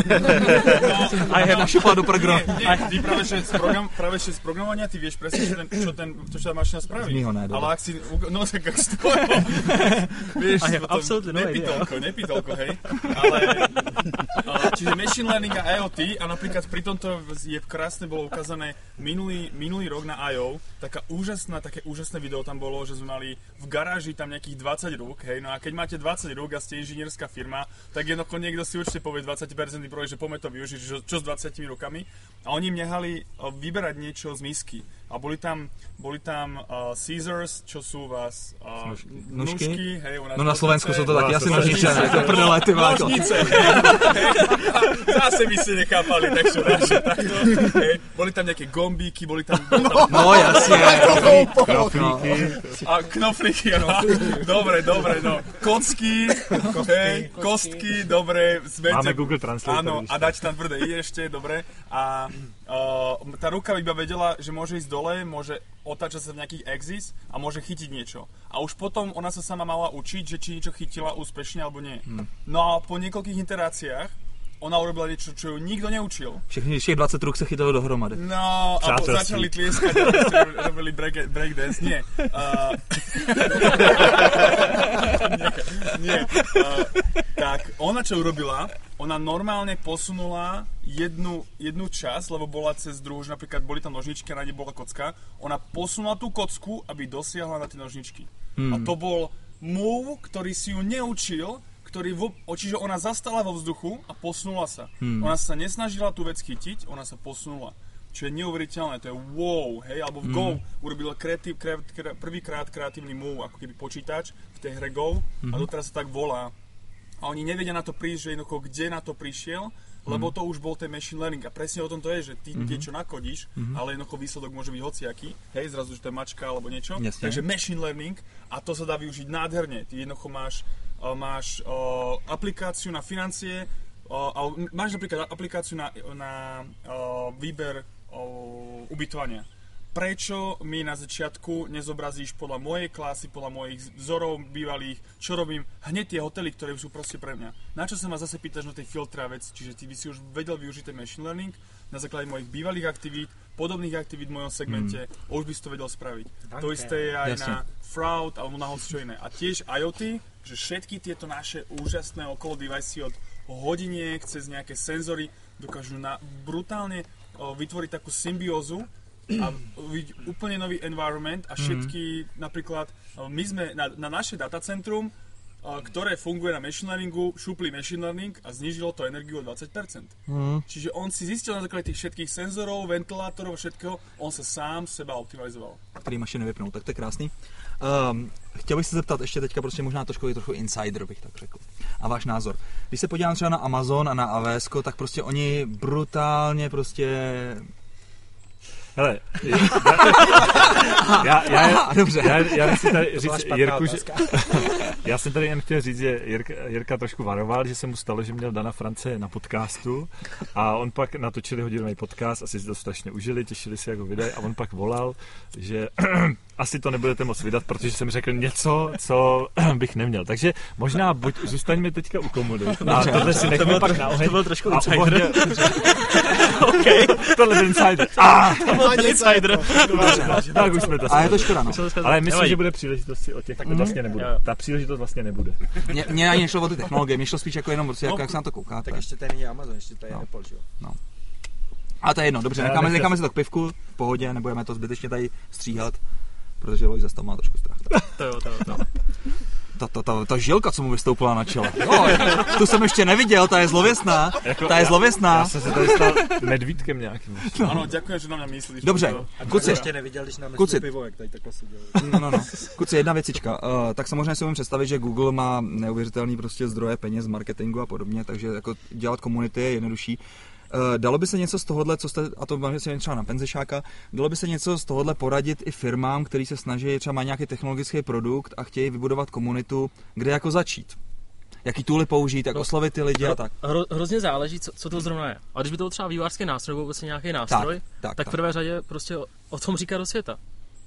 A je našupat do programování. Ty práve z programovania ty vieš presne, čo tá mašina spraví. Ale ak si... No tak ak si to... Vieš, nepýtalko, hej. Ale... Čiže machine learning a IoT a napríklad pri tomto je krásne bolo ukázané minulý rok na I.O. také úžasné video tam bolo, že sme mali v garáži tam nejakých 20 rúk, hej, no a keď máte 20 rúk a ste inžinierská firma, tak jednoducho niekto si určite povie 20% projekt, že poďme to využiť, čo s 20 rukami. A oni im nechali vyberať niečo z misky. A boli tam Caesars, čo sú vás nůžky, hej, no na Slovensku sú to taky asi nožnice, ne? To prdele, ty váko. Nožnice, zase by si nechápali, takže takto, hej. Boli tam nejaké gombíky, boli tam... No jasne. Knoflíky. A knoflíky, dobre, no. Kocky, hej, kostky, dobre. Máme Google Translate. Áno, a dať tam tvrdé i ešte, dobre. A tá ruka iba vedela, že môže ísť dole, môže otáčať sa v nejakých axis a môže chytiť niečo. A už potom ona sa sama mala učiť, že či niečo chytila úspešne alebo nie. No a po niekoľkých interáciách ona urobila niečo, čo ju nikto neučil. Všech 20 rúk sa chytalo dohromady. No, a začali tlieskať, robili breakdance. Nie. Nie. Tak, ona čo urobila, ona normálne posunula jednu časť, lebo bola cez druhu, že napríklad boli tam nožničky a na nej bola kocka. Ona posunula tú kocku, aby dosiahla na tie nožničky. A to bol move, ktorý si ju neučil, čiže ona zastala vo vzduchu a posunula sa. Ona sa nesnažila tú vec chytiť, ona sa posunula. Čo je neuveriteľné, to je wow, hej, alebo v Go urobila prvýkrát kreatívny move, ako keby počítač v tej hre Go a doteraz sa tak volá. A oni nevedia na to prísť, že jednoducho kde na to prišiel, lebo to už bol ten machine learning a presne o tom to je, že ty niečo nakodíš, ale jednoducho výsledok môže byť hociaký, hej, zrazu, že to je mačka alebo niečo. Jasne. Takže machine learning a to sa dá využiť nádherne. Ty jednoducho máš aplikáciu na financie, máš napríklad aplikáciu na výber ubytovania. Prečo mi na začiatku nezobrazíš podľa mojej klasy, podľa mojich vzorov bývalých, čo robím, hneď tie hotely, ktoré sú proste pre mňa. Na čo sa ma zase pýtaš na tej filtra vec, čiže ty by si už vedel využiť ten machine learning na základe mojich bývalých aktivít, podobných aktivít v mojom segmente, už by si to vedel spraviť. To isté je aj na fraud alebo na čo iné. A tiež IoT, že všetky tieto naše úžasné okolo device od hodiniek cez nejaké senzory dokážu brutálne vytvoriť takú symbiózu a úplne nový environment a všetky, napríklad my sme na naše datacentrum, ktoré funguje na machine learningu, šupli machine learning a znížilo to energiu o 20%. Čiže on si zistil na základe tých všetkých senzorov, ventilátorov, všetkého, on sa sám seba optimalizoval. Který mašiny vypnou, tak to je krásný. Chtěl bych se zeptat ještě teďka prostě možná trochu insider, bych tak řekl. A váš názor. Když se podívám třeba na Amazon a na AWS, tak prostě oni brutálně prostě Hele, já nechci tady říct Jirku, že... Já jsem tady jen chtěl říct, že Jirka trošku varoval, že se mu stalo, že měl Dana France na podcastu a on pak natočili hodinový podcast, asi si to strašně užili, těšili se, jak ho vydají a on pak volal, že asi to nebudete moc vydat, protože jsem řekl něco, co bych neměl. Takže možná buď zůstaňme teďka u komodit. A tohle si nechme pak na oheň. To byl trošku insider. OK, tohle byl insider. To byl insider. Tak už jsme to. A je to škoda, no. Ale myslím, že bude příležitost o těch vlastně nebude. Ta příležitost vlastně nebude. Mně ani nešlo o ty technologie, mě šlo spíš jako jenom jak se na to koukáte. Tak ještě tady není Amazon, ještě tady je Apple, že jo? No. A to je jedno, dobře, necháme si to k pivku, v pohodě, nebudeme to zbytečně tady stříhat, protože Lois zase tam má trošku strach. To jo. Ta žilka, co mu vystoupila na čele. Jo, tu jsem ještě neviděl, ta je zlověstná. Já jsem se tady stal medvídkem nějakým. Ano, děkuji, že na mě myslíš. Dobře, kuci. Ještě neviděl, když nám nesl pivo, jak tady takhle seděl. No. Kuci, jedna věcička. Tak samozřejmě si můžeme představit, že Google má neuvěřitelný prostě zdroje peněz, marketingu a podobně, takže jako dělat komunity je jednodušší. Dalo by se něco z tohohle, co jste, a to máme si třeba na Penzešáka, dalo by se něco z tohohle poradit i firmám, který se snaží, třeba má nějaký technologický produkt a chtějí vybudovat komunitu, kde jako začít? Jaký tooly použít, jak oslovit ty lidi a tak? Hrozně záleží, co to zrovna je. A když by to byl třeba vývojářský nástroj, nebo vlastně nějaký nástroj, tak v prvé řadě prostě o tom říkat do světa.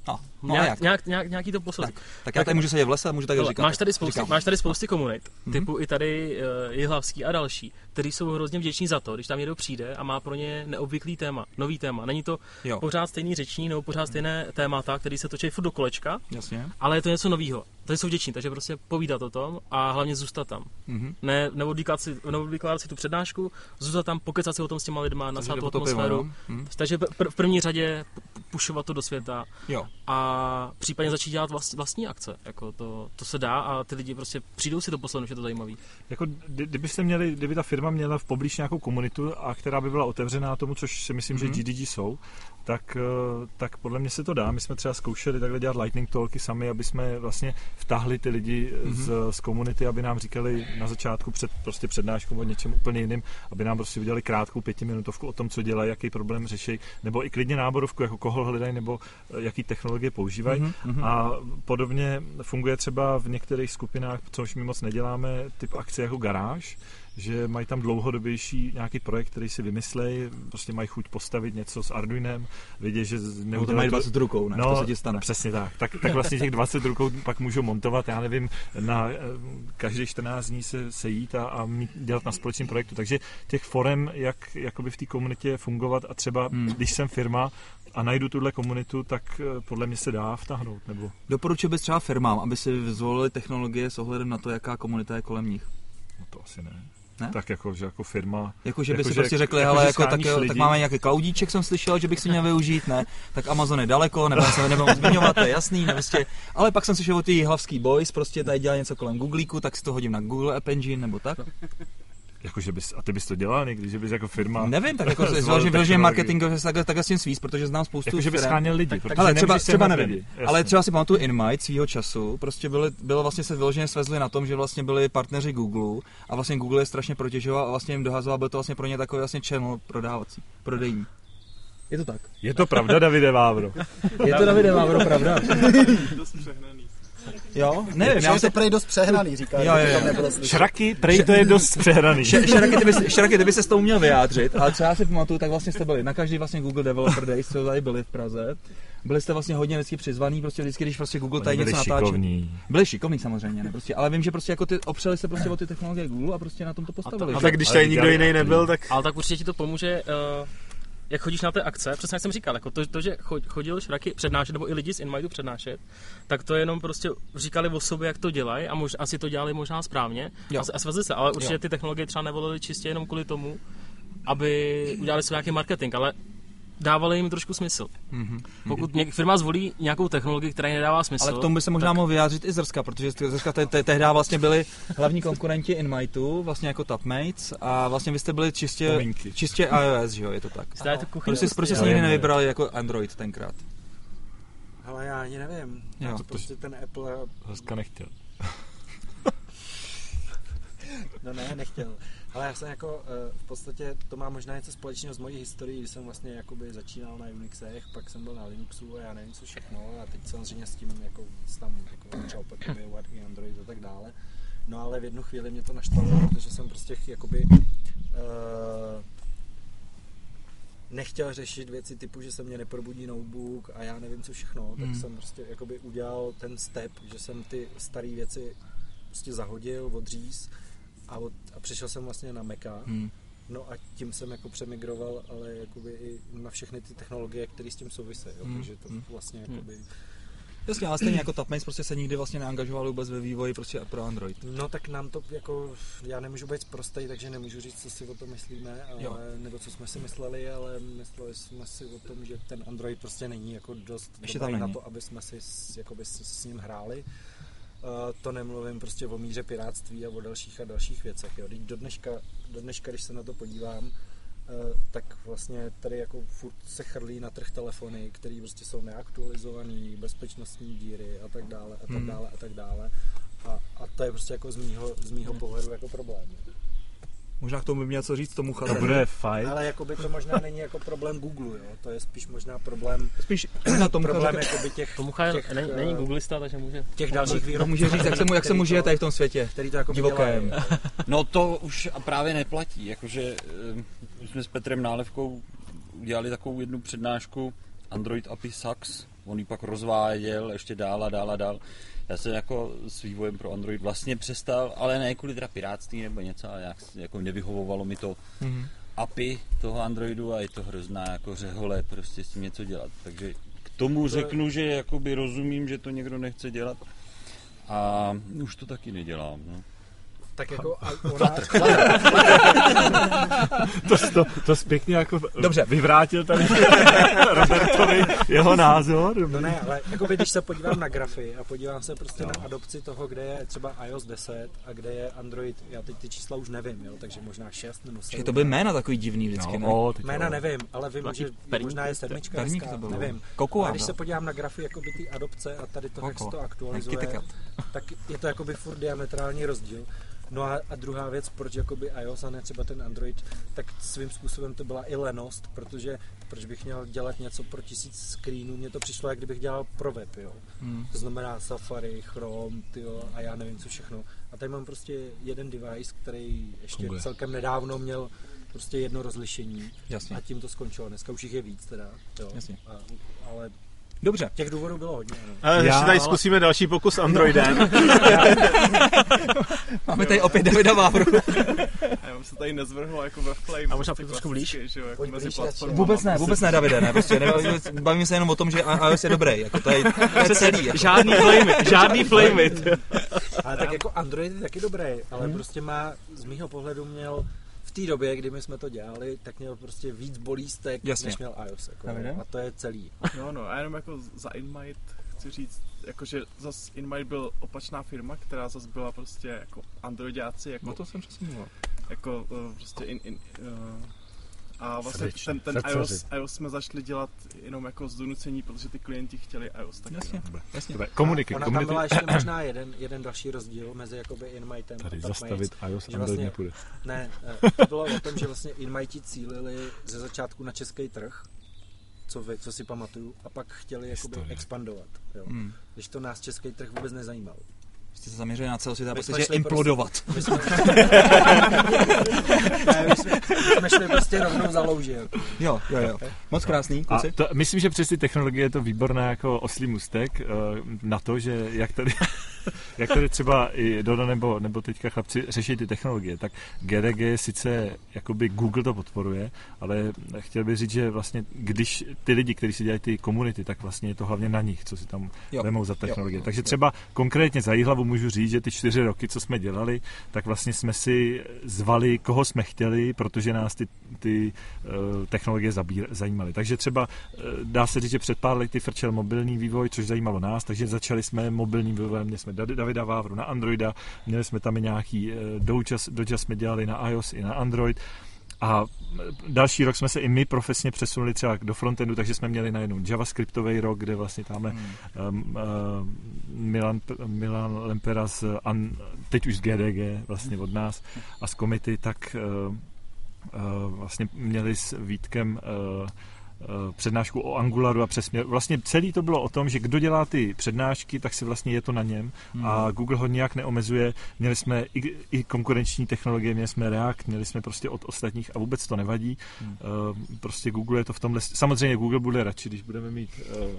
Nějaký to poslat. Tak já tady můžu sedět v lese a můžu tak říkat. Máš tady spousty komunit, typu i tady Jihlavský a další, kteří jsou hrozně vděční za to, když tam někdo přijde a má pro ně neobvyklý téma, nový téma. Není to pořád stejný řečník nebo pořád stejné témata, které se točí furt do kolečka, ale je to něco nového. To jsou vděční, takže prostě povídat o tom a hlavně zůstat tam. Neodvykládat si tu přednášku, zůstat tam, pokecat si o tom s těma lidma, nasát tu atmosféru. Takže v první řadě pušovat to do světa. A případně začít dělat vlastní akce. Jako to se dá a ty lidi prostě přijdou si to poslechnout, že je to zajímavý. Jako, kdyby ta firma měla v poblíž nějakou komunitu, a která by byla otevřená tomu, což si myslím, že GDG jsou, tak podle mě se to dá. My jsme třeba zkoušeli takhle dělat lightning talky sami, aby jsme vlastně vtáhli ty lidi z komunity, aby nám říkali na začátku před přednáškou o něčem úplně jiným, aby nám prostě udělali krátkou 5minutovku o tom, co dělají, jaký problém řeší, nebo i klidně náborovku, jako koho hledají, nebo jaký technologie používají. A podobně funguje třeba v některých skupinách, což my moc neděláme, typ akce jako garáž, že mají tam dlouhodobější nějaký projekt, který si vymyslejí, prostě mají chuť postavit něco s Arduinem, vidět, že to mají 20 rukou, ne? No, to se ti stane. Přesně tak. Tak vlastně těch 20 rukou pak můžou montovat, já nevím, na každý 14 dní se sejít a dělat na společném projektu. Takže těch forem, jak jakoby v té komunitě fungovat a třeba, když jsem firma a najdu tuhle komunitu, tak podle mě se dá vtáhnout, nebo... Doporučil bys třeba firmám, aby si zvolili technologie s ohledem na to, jaká komunita je kolem nich? No to asi ne. Tak že jako firma... Že by si prostě řekli, hele, jako tak máme nějaký cloudíček, jsem slyšel, že bych si měl využít, ne? Tak Amazon je daleko, nebudeme zmiňovat, to je jasný, ne? Prostě, ale pak jsem slyšel o ty Jihlavský boys, prostě tady dělá něco kolem Googlíku, tak si to hodím na Google App Engine, nebo tak? A ty bys to dělal někdy, že bys jako firma... Nevím, tak jako vyloženě marketingově takhle s tím svíz, protože znám spoustu firm. Že bys scháněl lidi, ale třeba nevím. Lidi, ale třeba si pamatuju InMight svýho času, prostě bylo vlastně se vyloženě svezli na tom, že vlastně byli partneři Google a vlastně Google je strašně protěžoval a vlastně jim dohazoval, byl to vlastně pro ně takový vlastně channel prodejní. Je to tak. Je to pravda, Davide Vávro? Je to Davide Vávro, pravda. Dost přehnaný. Jo, nevím, já se prej dost přehnaný, říká. Jo. Šraky, prej to je dost přehnaný. Šraky, ty by se s tou měl vyjádřit, ale co já si pamatuju, tak vlastně jste byli na každý vlastně Google Developer Days, co tady byli v Praze. Byli jste vlastně hodně vždycky přizvaný, prostě vždycky, když prostě Google tady něco natáčí. Byli šikovní samozřejmě, ne? Prostě, ale vím, že prostě jako ty opřeli se prostě o ty technologie Google a prostě na tom to postavili. A tak když tady nikdo jiný nebyl, tak... Ale tak určitě ti to pomůže, jak chodíš na té akce, přesně jak jsem říkal, jako to že chodil Šraky přednášet, nebo i lidi z InMightu přednášet, tak to jenom prostě říkali o sobě, jak to dělají a asi to dělali možná správně a svezli se, ale určitě ty technologie třeba nevolili čistě jenom kvůli tomu, aby udělali svůj nějaký marketing, ale dávali jim trošku smysl. Pokud firma zvolí nějakou technologii, která nedává smysl... Ale k tomu by se možná mohl vyjádřit i Zrska, protože Zrska tehdy vlastně byli hlavní konkurenti InMightu, vlastně jako Tapmates a vlastně vy jste byli čistě iOS, že jo, je to tak. Proč jste nikdy nevybrali jako Android tenkrát? Ale já ani nevím. Prostě ten Apple... Zrska nechtěl. No ne, nechtěl. Ale já jsem jako v podstatě, to má možná něco společného s mojí historií, kdy jsem vlastně jakoby začínal na Unixech, pak jsem byl na Linuxu a já nevím co všechno a teď samozřejmě s tím jako tam jako začal pak objevovat i Android a tak dále. No ale v jednu chvíli mě to naštvalo, protože jsem prostě jakoby nechtěl řešit věci typu, že se mě neprobudí notebook a já nevím co všechno, tak jsem prostě jakoby udělal ten step, že jsem ty staré věci prostě zahodil, odříz a přešel jsem vlastně na Maca. No a tím jsem jako přemigroval, ale jakoby i na všechny ty technologie, které s tím souvisejí, takže to vlastně jakoby... Jasně, ale stejně jako Tapmates prostě se nikdy vlastně neangažoval vůbec ve vývoji prostě pro Android. No tak nám to jako, já nemůžu být prostej, takže nemůžu říct, co si o tom myslíme, ale, nebo co jsme si mysleli, ale mysleli jsme si o tom, že ten Android prostě není jako dost dobrý na to, aby jsme si jakoby s ním hráli. To nemluvím prostě o míře pirátství a o dalších a dalších věcech. Jo. Do dneška, když se na to podívám, tak vlastně tady jako furt se chrlí na trh telefony, které prostě jsou neaktualizovaný, bezpečnostní díry a tak dále a tak dále a tak dále. A to je prostě jako z mýho pohledu jako problém. Možná k tomu by měl co říct tomu charakteru. To bude fajn. Ale jakoby to možná není jako problém Google, jo. To je spíš možná problém. Spíš na tomu problém jakoby těch není googlista, takže může. Těch dalších výrobců. Může říct, jak se mu žije tady v tom světě. Který to jako divokém. No to už právě neplatí, jakože jsme s Petrem Nálevkou udělali takovou jednu přednášku Android API Sucks, on ji pak rozváděl ještě dál a dál a dál. Já jsem jako s vývojem pro Android vlastně přestal, ale ne kvůli teda pirátství nebo něco, ale jako nevyhovovalo mi to API toho Androidu a je to hrozná jako řehole prostě s tím něco dělat. Takže k tomu řeknu, že jakoby rozumím, že to někdo nechce dělat a už to taky nedělám. No. Tak jako to pěkně jako dobře vyvrátil tady Robertovi jeho názor. No ne, ale jakoby, když se podívám na grafy a podívám se prostě na adopci toho, kde je třeba iOS 10 a kde je Android, já teď ty čísla už nevím, jo, takže možná 6 nebo 7. To by jména takový divný vždycky, ne? Jména nevím, ale vím, že možná je 7, nevím. A když se podívám na grafy jakoby ty adopce a tady to, jak se to aktualizuje, tak je to jakoby furt diametrální rozdíl. No a druhá věc, proč jakoby iOS a ne třeba ten Android, tak svým způsobem to byla i lenost, protože proč bych měl dělat něco pro 1000 screenů, mně to přišlo, jak kdybych dělal pro web, jo. To znamená Safari, Chrome, tyjo, a já nevím co všechno. A tady mám prostě jeden device, který ještě celkem nedávno měl prostě jedno rozlišení. Jasně. A tím to skončilo. Dneska už jich je víc teda, jo. Jasně. Ale dobře. Těch důvodů bylo hodně. Ale ještě tady zkusíme další pokus s Androidem. Máme tady opět Davida Vávru. Já mám se tady nezvrhlo jako ve Flame. A možná trošku blíž. Jako mezi platformami. Vůbec ne, Davide, ne. Prostě bavíme se jenom o tom, že iOS je dobrý. Jako to je celý. Jako. Žádný flameit. Ale tak jako Android je taky dobrý, ale prostě má, z mýho pohledu měl v té době, kdy my jsme to dělali, tak měl prostě víc bolístek, než měl iOS. Jako, a to je celý. No, a jenom jako za InMight chci říct, jakože zas InMight byl opačná firma, která zas byla prostě jako androidáci. Jako, no to jsem přesně mluvil. Jako prostě a vlastně ten iOS jsme začali dělat jenom jako z donucení, protože ty klienti chtěli iOS taky. Jasně. Komunity. Tam byla ještě možná jeden další rozdíl mezi jakoby InMightem tady a zastavit iOS Android vlastně, nepůjde. Ne, to bylo o tom, že vlastně InMighti cílili ze začátku na český trh, co si pamatuju, a pak chtěli jakoby expandovat. Jo. Když to nás český trh vůbec nezajímal. Jste se zaměřili na celosvět a prostě implodovat. My jsme šli prostě rovnou za louže. Jo. Moc krásný, kluci. Myslím, že přes ty technologie je to výborná jako oslí můstek na to, že jak tady třeba i Doda nebo teďka chlapci řeší ty technologie, tak GDG sice jakoby Google to podporuje, ale chtěl bych říct, že vlastně když ty lidi, kteří si dělají ty komunity, tak vlastně je to hlavně na nich, co si tam vemou za technologie. Takže třeba konkrétně za Jihlavu můžu říct, že ty 4 roky, co jsme dělali, tak vlastně jsme si zvali, koho jsme chtěli, protože nás ty technologie zajímaly. Takže třeba dá se říct, že před pár lety frčel mobilní vývoj, což zajímalo nás, takže začali jsme mobilním vývojem, měli jsme Davida Vávru na Androida, měli jsme tam i nějaký dočas jsme dělali na iOS i na Android. A další rok jsme se i my profesně přesunuli třeba do frontendu, takže jsme měli najednou javascriptový rok, kde vlastně tamhle Milan Lempera teď už z GDG vlastně od nás a z komity, tak vlastně měli s Vítkem přednášku o Angularu a přesměr. Vlastně celý to bylo o tom, že kdo dělá ty přednášky, tak si vlastně je to na něm a Google ho nějak neomezuje. Měli jsme i konkurenční technologie, měli jsme React, měli jsme prostě od ostatních a vůbec to nevadí. Prostě Google je to v tomhle... Samozřejmě Google bude radši, když budeme mít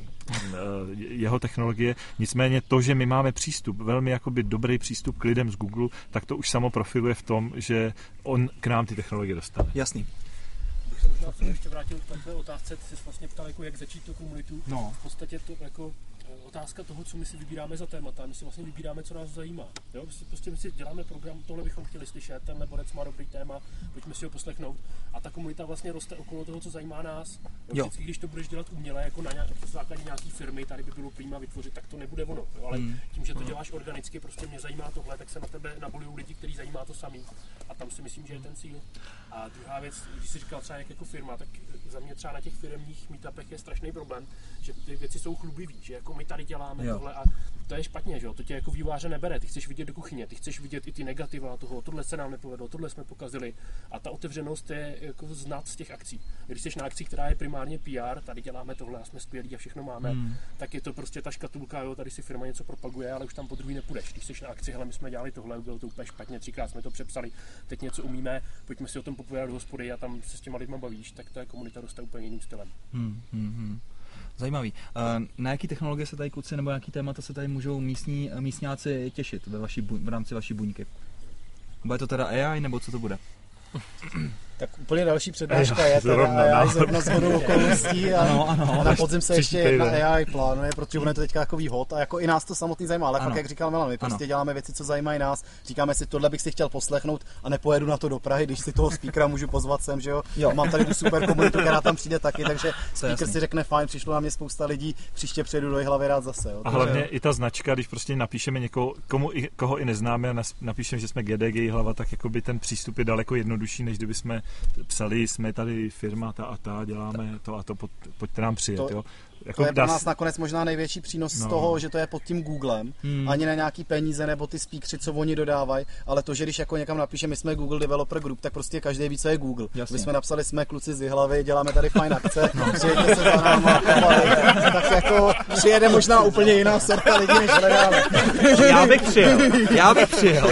jeho technologie. Nicméně to, že my máme přístup, velmi jakoby dobrý přístup k lidem z Google, tak to už samo profiluje v tom, že on k nám ty technologie dostane. Jasný. Možná se ještě vrátil k takové otázce, ty jsi vlastně ptal, jako jak začít tu komunitu. No. V podstatě to jako otázka toho, co my si vybíráme za témata, my si vlastně vybíráme, co nás zajímá. Jo? Prostě my si děláme program, tohle bychom chtěli slyšet, tenhle borec má dobrý téma, pojďme si ho poslechnout. A ta komunita vlastně roste okolo toho, co zajímá nás. Jo? Vždycky, když to budeš dělat uměle, jako na základě nějaký firmy, tady by bylo prima vytvořit, tak to nebude ono. Jo? Ale tím, že to děláš organicky, prostě mě zajímá tohle, tak se na tebe nabolují lidi, kteří zajímá to samý. A tam si myslím, že je ten cíl. A druhá věc, když jsi říkal třeba jak jako firma, tak za mě třeba na těch firemních meetupech je strašný problém, že ty věci jsou chlubivý, že jako my tady děláme tohle a to je špatně, že jo, to tě jako vývojáře nebere, ty chceš vidět do kuchyně, ty chceš vidět i ty negativa toho, tohle se nám nepovedlo, tohle jsme pokazili a ta otevřenost je jako znát z těch akcí. Když jsi na akci, která je primárně PR, tady děláme tohle a jsme skvělí a všechno máme, tak je to prostě ta škatulka, jo, tady si firma něco propaguje, ale už tam po druhý nepůjdeš. Když jsi na akci, hele, my jsme dělali tohle, bylo to úplně špatně, 3krát jsme to přepsali, teď něco umíme, pojďme si o tom popovídat do hospody a tam se s těma lidma bavíš, tak ta komunita roste úplně jiným stylem. Zajímavý. Na jaký technologie se tady kluci nebo jaký témata se tady můžou místňáci těšit v rámci vaší buňky? Bude to teda AI nebo co to bude? Tak úplně další přednáška je teda AI zrovna shodou okolností a na podzim se ještě jedna AI plánuje, protože ono je to teďka takový hot a jako i nás to samotný zajímá, ale fakt jak říkal Milan, my prostě děláme věci, co zajímají nás, říkáme si, tohle bych si chtěl poslechnout a nepojedu na to do Prahy, když si toho speakera můžu pozvat sem, že jo. Mám tady tu super komunitu, která tam přijde taky, takže speaker si řekne fajn, přišlo na mě spousta lidí, příště přijedu do Jihlavy rád zase. Jo. A hlavně i ta značka, když prostě napíšeme někoho, koho i neznáme a napíšeme, že jsme GDG Jihlava, tak jakoby ten přístup je daleko jednodušší, než kdyby jsme psali, jsme tady firma ta a ta, děláme to a to, pojďte nám přijet, jo. Jako to je pro nás nakonec možná největší přínos z toho, že to je pod tím Googlem, ani na nějaký peníze nebo ty speakeři, co oni dodávají, ale to, že když jako někam napíše, my jsme Google Developer Group, tak prostě každý ví, co je Google. Jasně. My jsme napsali, jsme kluci z Jihlavy, děláme tady fajn akce, přijďte se za náma, tak jako přijede možná úplně jiná sorta lidí, než hledáme. Já bych přijel.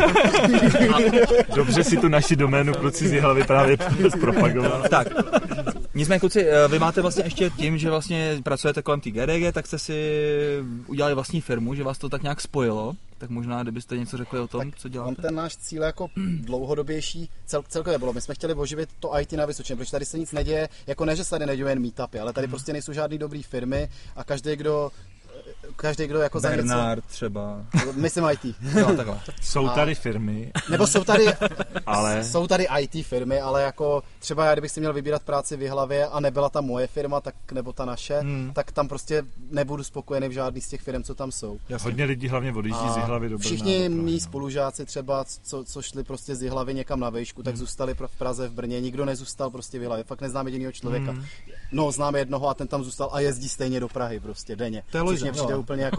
Dobře si tu naši doménu kluci z Jihlavy právě zpropagovali. Tak. Nicméně kluci, vy máte vlastně ještě tím, že vlastně pracujete kolem té GDG, tak jste si udělali vlastní firmu, že vás to tak nějak spojilo, tak možná, kdybyste něco řekli o tom, tak co děláte. Ten náš cíl jako dlouhodobější celkově bylo. My jsme chtěli oživit to IT na Vysočině, protože tady se nic neděje, jako ne, že se tady neděje jen meetupy, ale tady prostě nejsou žádný dobrý firmy a každý, kdo jako za něco... Bernard třeba. Myslím IT. Jo, takhle. Jsou tady firmy. Nebo jsou tady IT firmy, ale jako třeba já, kdybych si měl vybírat práci v Jihlavě a nebyla ta moje firma, tak nebo ta naše, tak tam prostě nebudu spokojený v žádný z těch firm, co tam jsou. Jasně. Hodně lidí hlavně odjíždí z Jihlavy do Brna. Všichni mý spolužáci třeba, co šli prostě z Jihlavy někam na výšku, tak zůstali v Praze, v Brně. Nikdo nezůstal prostě v Jihlavě. Fakt neznám jedinýho člověka. No, znám jednoho a ten tam zůstal a jezdí stejně do Prahy prostě denně. Což mě přijde úplně jako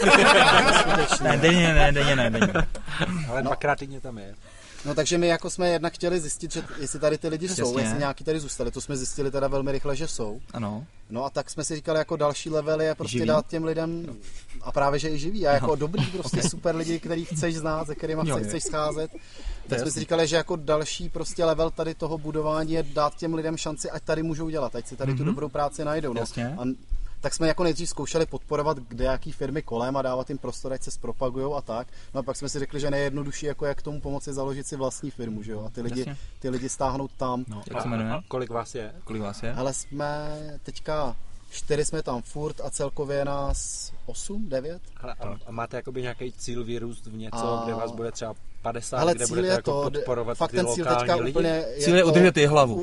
ne, denně. Ale dvakrát týdně tam je. No takže my jako jsme jednak chtěli zjistit, že jestli tady ty lidi jsou, jestli nějaký tady zůstali. To jsme zjistili teda velmi rychle, že jsou. Ano. No a tak jsme si říkali, jako další level je prostě živý. Dát těm lidem a právě že i živí a jako dobrý prostě super lidi, který chceš znát, se kterýma chceš scházet. Tak jsme si říkali, že jako další prostě level tady toho budování je dát těm lidem šanci, ať tady můžou dělat, ať si tady tu dobrou práci najdou. No. A tak jsme jako nejdřív zkoušeli podporovat kdejaký firmy kolem a dávat jim prostor, ať se zpropagujou a tak. No a pak jsme si řekli, že nejjednodušší jako jak tomu pomoci založit si vlastní firmu, že jo? A ty lidi stáhnout tam. No, jak se jmenuje? Kolik vás je? Ale jsme teďka 4 jsme tam furt a celkově nás 8, 9. A máte jakoby nějaký cíl vyrůst v něco, kde vás bude třeba 50, ale kde budete jako podporovat fakt ty ten cíl lokální teďka lidi? úplně Cíl je udržet je hlavu.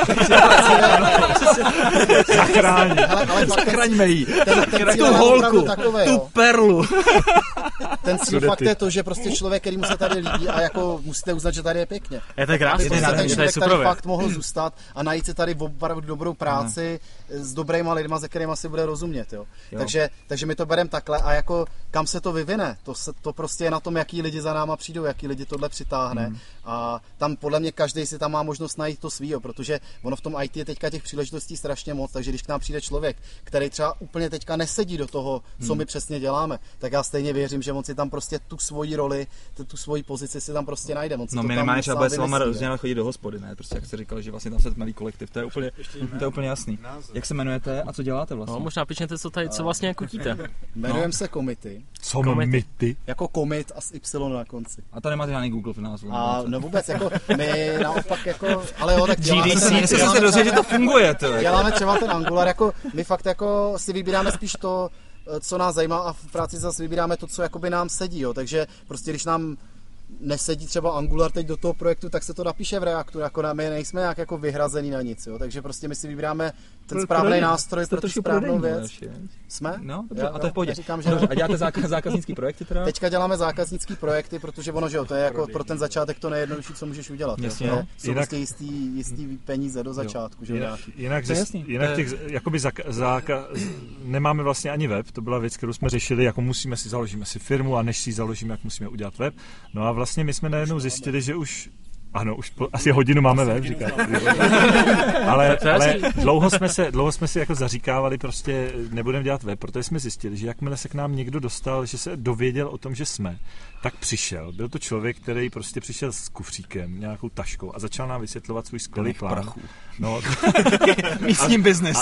Zachraňme jí. Tu holku, tu perlu. Ten cíl fakt je to, že prostě člověk, který mu se tady líbí a jako musíte uznat, že tady je pěkně. Je to krásné. Ten člověk tady fakt mohl zůstat a najít si tady opravdu dobrou práci s dobrýma lidma, se kterýma si bude rozumět. Jo. Takže my to bereme takhle a jako kam se to vyvine, to prostě je na tom, jaký lidi za náma přijdou, jaký lidi tohle přitáhne a tam podle mě každý si tam má možnost najít to svýho, protože ono v tom IT je teďka těch příležitostí strašně moc, takže když k nám přijde člověk, který třeba úplně teďka nesedí do toho, co my přesně děláme, tak já stejně věřím, že on si tam prostě tu svoji roli, tu svoji pozici si tam prostě najde. No minimálně třeba bude s váma rozdělat chodit do hospody, ne? Prostě jak jste říkali, že vlastně tam se tmelí kolektiv, to je úplně jasný. Jak se jmenujete a co děláte vlastně? No, možná píčněte, co vlastně kutíte. Jmenujeme se Komity. Komity. Jako komit a s Y na konci. A to nemáte žádný Google v názvu. A no vůbec, jako my naopak jako, ale jo, tak děláme se dozvědět, že to funguje. Děláme třeba ten Angular, jako my fakt jako si vybíráme spíš to, co nás zajímá a v práci zase vybíráme to, co jakoby nám sedí, jo. Takže prostě když nám nesedí třeba Angular teď do toho projektu, tak se to napíše v Reactu, jako my nejsme nějak jako vyhrazený na nic, jo. Takže prostě my si vybíráme ten správný nástroj pro tu správnou věc. Jsme? No, dobře, a to je v pohodě. Říkám, že a děláte zákaznický projekty teda? Teďka děláme zákaznický projekty, protože ono, že jo, to je jako pro ten začátek to nejjednodušší, co můžeš udělat. Jasně, jo. Jsou prostě jistý peníze do začátku, že jo. Jinak těch jakoby nemáme vlastně ani web, to byla věc, kterou jsme řešili, jako založíme si firmu a než si ji založíme, jak musíme udělat web. No a vlastně my jsme najednou zjistili, že už asi hodinu máme web, říkáte. ale dlouho jsme si jako zaříkávali, prostě nebudeme dělat web, protože jsme zjistili, že jakmile se k nám někdo dostal, že se dověděl o tom, že jsme, tak přišel. Byl to člověk, který prostě přišel s kufříkem, nějakou taškou a začal nám vysvětlovat svůj skvělý plán. No, místní biznes.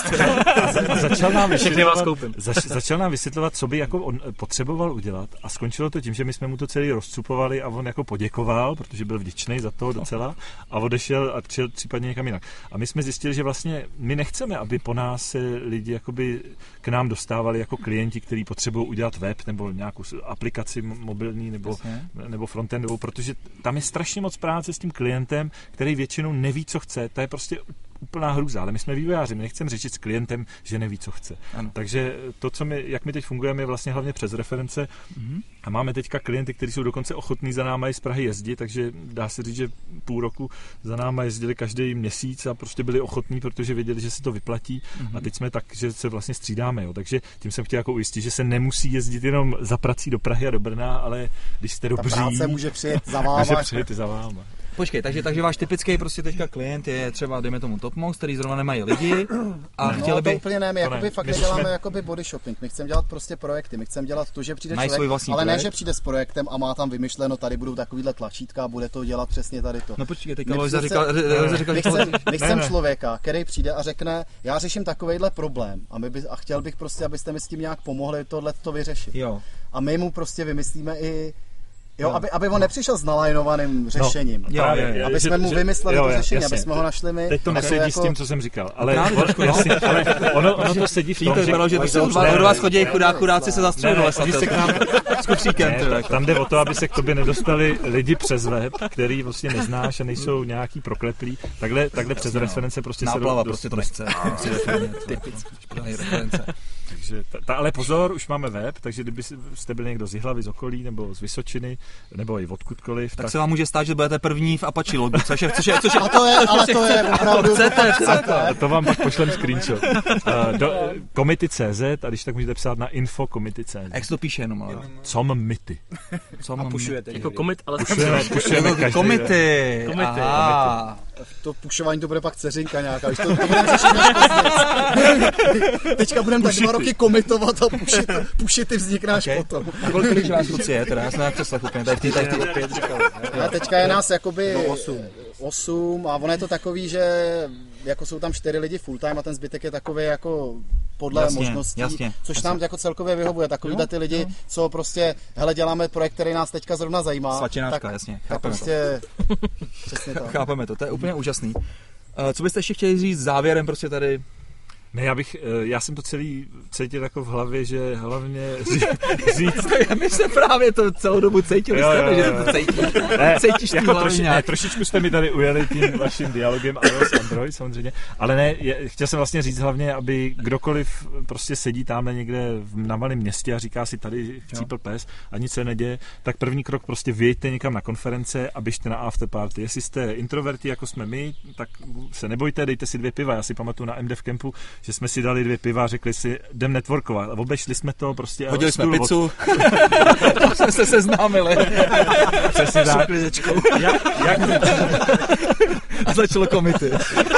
Začal nám vysvětlovat, co by jako on potřeboval udělat a skončilo to tím, že my jsme mu to celý rozcupovali a on jako poděkoval, protože byl vděčný za to docela a odešel a šel případně někam jinak. A my jsme zjistili, že vlastně my nechceme, aby po nás lidi jakoby k nám dostávali jako klienti, kteří potřebují udělat web nebo nějakou aplikaci mobilní nebo frontendovou, protože tam je strašně moc práce s tím klientem, který většinou neví, co chce. To je prostě úplná hrůza, ale my jsme vývojáři, my nechceme řešit s klientem, že neví, co chce. Ano. Takže to, jak my teď fungujeme, je vlastně hlavně přes reference a máme teďka klienty, kteří jsou dokonce ochotní za náma i z Prahy jezdit, takže dá se říct, že půl roku za náma jezdili každý měsíc a prostě byli ochotní, protože věděli, že se to vyplatí a teď jsme tak, že se vlastně střídáme. Jo. Takže tím jsem chtěl jako ujistit, že se nemusí jezdit jenom za prací do Prahy a do Brna, ale když jste dobří, ta práce může přijet za váma. Počkej, takže váš typický prostě teďka klient je třeba, dejme tomu Topmost, který zrovna nemají lidi a chtěli by... No to úplně ne, my jakoby fakt neděláme jakoby body shopping, my chceme dělat prostě projekty, my chceme dělat to, že přijde člověk, ale ne, že přijde s projektem a má tam vymyšleno, tady budou takovýhle tlačítka a bude to dělat přesně tady to. No počkej, teďka my chceme člověka, který přijde a řekne, já řeším takovejhle problém a chtěl bych prostě, abyste mi s tím nějak pomohli tohle to vyřešit. Jo. A my mu prostě vymyslíme i aby on nepřišel s nalajnovaným řešením. Aby jsme mu vymysleli to řešení, aby jsme ho našli my. Teď to nesedí s tím, co jsem říkal. Ale ono to sedí v tom, že od vás chodí chudáci se zastřelili do lesa. S kufříkem. Tam jde o to, aby se k tobě nedostali lidi přes web, který vlastně neznáš a nejsou nějaký prokleplí. Takhle přes reference prostě se náplava, prostě to nechce. Takže, ale pozor, už máme web, takže kdybyste byli někdo z Jihlavy, z okolí nebo z Vysočiny, nebo i odkudkoliv. Tak se vám může stát, že budete první v Apache logu, což je to je opravdu. Chcete. To vám pak pošlem screenshot. Comity.cz a když tak můžete psát na info.comity.cz. Jak se to píše jenom, ale? Comity. A pušujete. Jako commit, ale pušujeme každý. Comity. To pušování to bude pak dceřinka nějaká, když to budeme řešit teďka budeme tak 2 roky komitovat a pušity vznikne až potom. A kolik lidí vás kluci je teda? Já jsem nějak přeslech úplně, tady v té 5 říkal. A teďka je nás jakoby 8 a ono je to takový, že jako jsou tam 4 lidi full time a ten zbytek je takový jako podle možností, což nám jako celkově vyhovuje. Takovýhle ty lidi, co prostě, hele, děláme projekt, který nás teďka zrovna zajímá. Svačináčka, jasně. Tak prostě, přesně to. Chápeme to, to je úplně úžasný. Co byste ještě chtěli říct závěrem prostě tady? Ne, já jsem to celý cítil jako v hlavě, že hlavně říct... My se právě to celou dobu cítili, že to cítíš. Cítíš jako trošičku jste mi tady ujeli tím vaším dialogem iOS, Android samozřejmě, ale ne, chtěl jsem vlastně říct hlavně, aby kdokoliv prostě sedí tamhle někde na malém městě a říká si tady chcípl pes a nic se neděje, tak první krok prostě vyjeďte někam na konference a běžte na afterparty. Jestli jste introverti, jako jsme my, tak se nebojte, dejte si 2 piva. Já si pamatuju na MDev Campu, že jsme si dali 2 piva a řekli si, jdem networkovat. Obešli jsme to prostě. Hodili jsme pizzu. Tam jsme se seznámili. Přesně tak. A začalo komity.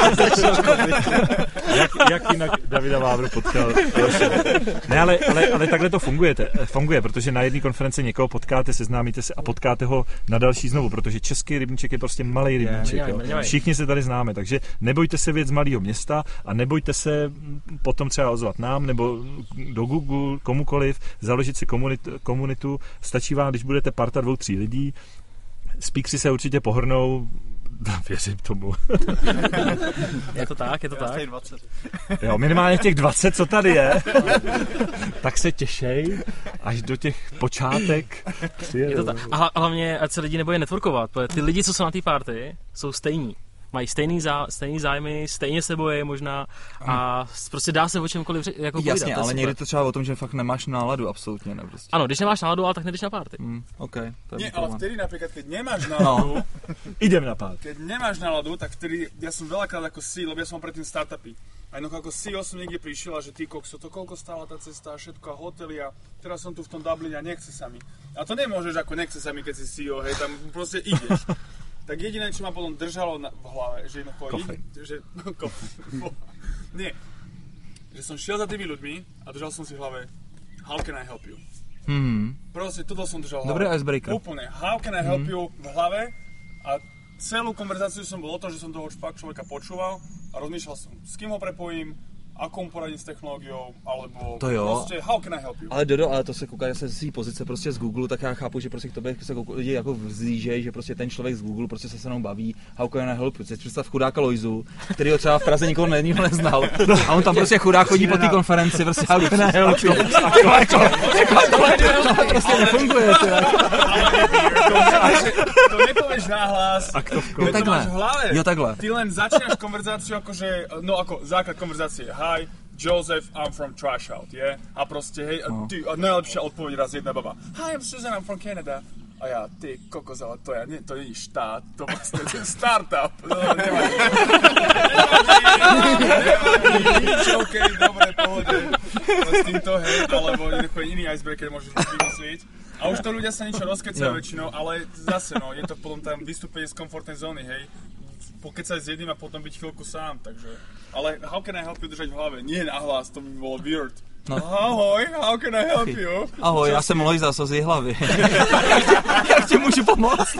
Jak jinak Davida Vávru potkal? Ne, ale takhle to funguje, protože na jedné konferenci někoho potkáte, seznámíte se a potkáte ho na další znovu, protože český rybníček je prostě malý rybníček. Všichni se tady známe, takže nebojte se věc z malého města a nebojte se potom třeba ozvat nám nebo do Google, komukoliv, založit si komunitu. Stačí vám, když budete parta 2-3 lidí, speakeři se určitě pohrnou, věřím tomu. Je to tak. 20. Jo, minimálně těch 20, co tady je, tak se těšej, až do těch počátek přijedou. Je to tak. A hlavně, ať se lidi nebojí networkovat, protože ty lidi, co jsou na té party, jsou stejní. Mají stejný zájmy, stejně se bojí možná a prostě dá se o čemkoliv jako povídat. Jasně, ale někdy to třeba o tom, že fakt nemáš náladu absolutně. Ne, prostě. Ano, když nemáš náladu, ale tak nejdeš na party. Okay, nie, ale vtedy napríklad, keď nemáš náladu, idem na party. Keď nemáš náladu, tak vtedy, ja som veľakrát ako CEO, lebo ja som predtým startupy. A jednoducho ako CEO som niekde prišiel a že ty kokso, to koľko stála tá cesta a všetko a hotely a teraz som tu v tom Dubline a nechce sa mi. A to nemôžeš ako nechce sa mi, keď si CEO, hej, tam proste ideš. Tak jediné, čo ma potom držalo v hlave, že nie, že som šiel za tými ľuďmi a držal som si v hlave how can I help you? Proste toto som držal v hlave. Dobrý icebreaker. Úplne, how can I help you v hlave a celú konverzáciu som bol o tom, že som toho fakt človeka počúval a rozmýšľal som, s kým ho prepojím, ako mu poradím s technologiou, alebo to jo. Prostě how can I help you? Ale ale to se kouká se z té pozice prostě z Google, tak já chápu, že prostě k tobě se lidi jako vzlížejí, že prostě ten člověk z Google prostě se mnou baví, how can I help you? Teď představ chudáka Lojzu, který ho třeba v Praze nikoho neznal a on tam prostě chudák chodí po té konferenci, prostě how can I help you? To prostě nefunguje. To nepovieš nahlas, to máš v hlave. Jo, takhle. Ty len začínaš konverzáciu akože, no ako základ konverzácie. Hi, Joseph, I'm from Trash Out, yeah? A proste, hej, a najlepšia odpoveď raz jedna baba. Hi, I'm Susan, I'm from Canada. A ja, ty kokos, ale to nie je štát, to vlastne je startup. No, nevadí, nič, okej, dobre, pohode. S týmto, hej, alebo iný icebreaker môžeš vymyslieť. A už to ľudia sa niečo rozkecajú väčšinou, ale zase, no, je to potom tam vystúpenie z komfortnej zóny, hej. Pokecať s jedným a potom byť chvíľku sám, takže... Ale how can I help you držať v hlave? Nie nahlas, to by bolo weird. No. Ahoj, how can I help you? Ahoj, já jsem Lojza z Jihlavy. Jak ti můžu pomoct?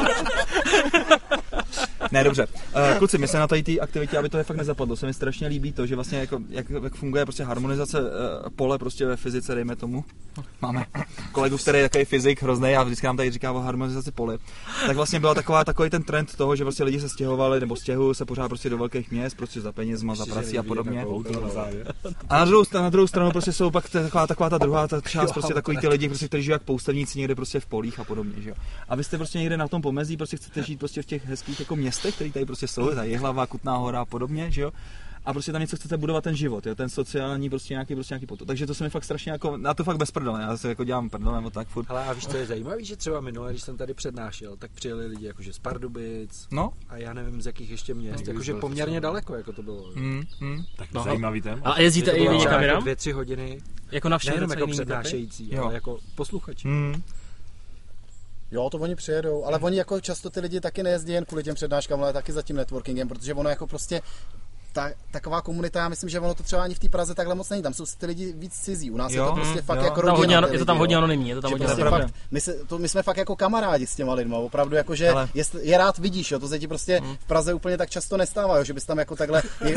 Ne, dobře. Kluci, my se na té aktivitě, aby to je fakt nezapadlo, se mi strašně líbí to, že vlastně jako, jak funguje prostě harmonizace pole prostě ve fyzice, dejme tomu. Máme kolegu, který je takový fyzik hrozný a vždycky nám tady říká o harmonizaci pole. Tak vlastně byla takový ten trend toho, že prostě lidi se stěhovali nebo stěhují se pořád prostě do velkých měst, prostě za penězma, za prací a podobně. A na druhou stranu prostě jsou pak taková ta druhá ta část, prostě takový ty lidi, prostě, kteří žijí jak poustevníci někde prostě v polích a podobně, že jo. A vy jste prostě někde na tom pomezí, prostě chcete žít prostě v těch hezkých jako městech, které tady prostě jsou, ta Jihlava, Kutná Hora a podobně, že jo. A prostě tam něco chcete budovat ten život, jo, ten sociální prostě nějaký potom. Takže to se mi fakt strašně jako, na to fakt bez prdele, já se jako dělám prdele nebo tak furt. Ale a víš, co je zajímavý, že třeba minule, když jsem tady přednášel, tak přijeli lidi jakože z Pardubic, a já nevím z jakých ještě měst, jakože poměrně daleko, jako to bylo. Tak zajímavý téma. A jezdíte i vy někam jinam? 2-3 hodiny. Jako navštěvit nejenom jako přednášející, ale jako posluchači. Jo, to oni přijedou, ale oni jako často ty lidi taky nejezdí jen kvůli těm přednáškám, ale taky za tím networkingem, protože ono jako prostě taková komunita, já myslím, že ono to třeba ani v té Praze takhle moc není, tam jsou ty lidi víc cizí, u nás je to prostě fakt jako rodina. Je to tam hodně anonymní, je to tam hodně anonymní. My jsme fakt jako kamarádi s těma lidma, opravdu jako, že je rád vidíš, jo, to se ti prostě v Praze úplně tak často nestává, jo, že bys tam jako takhle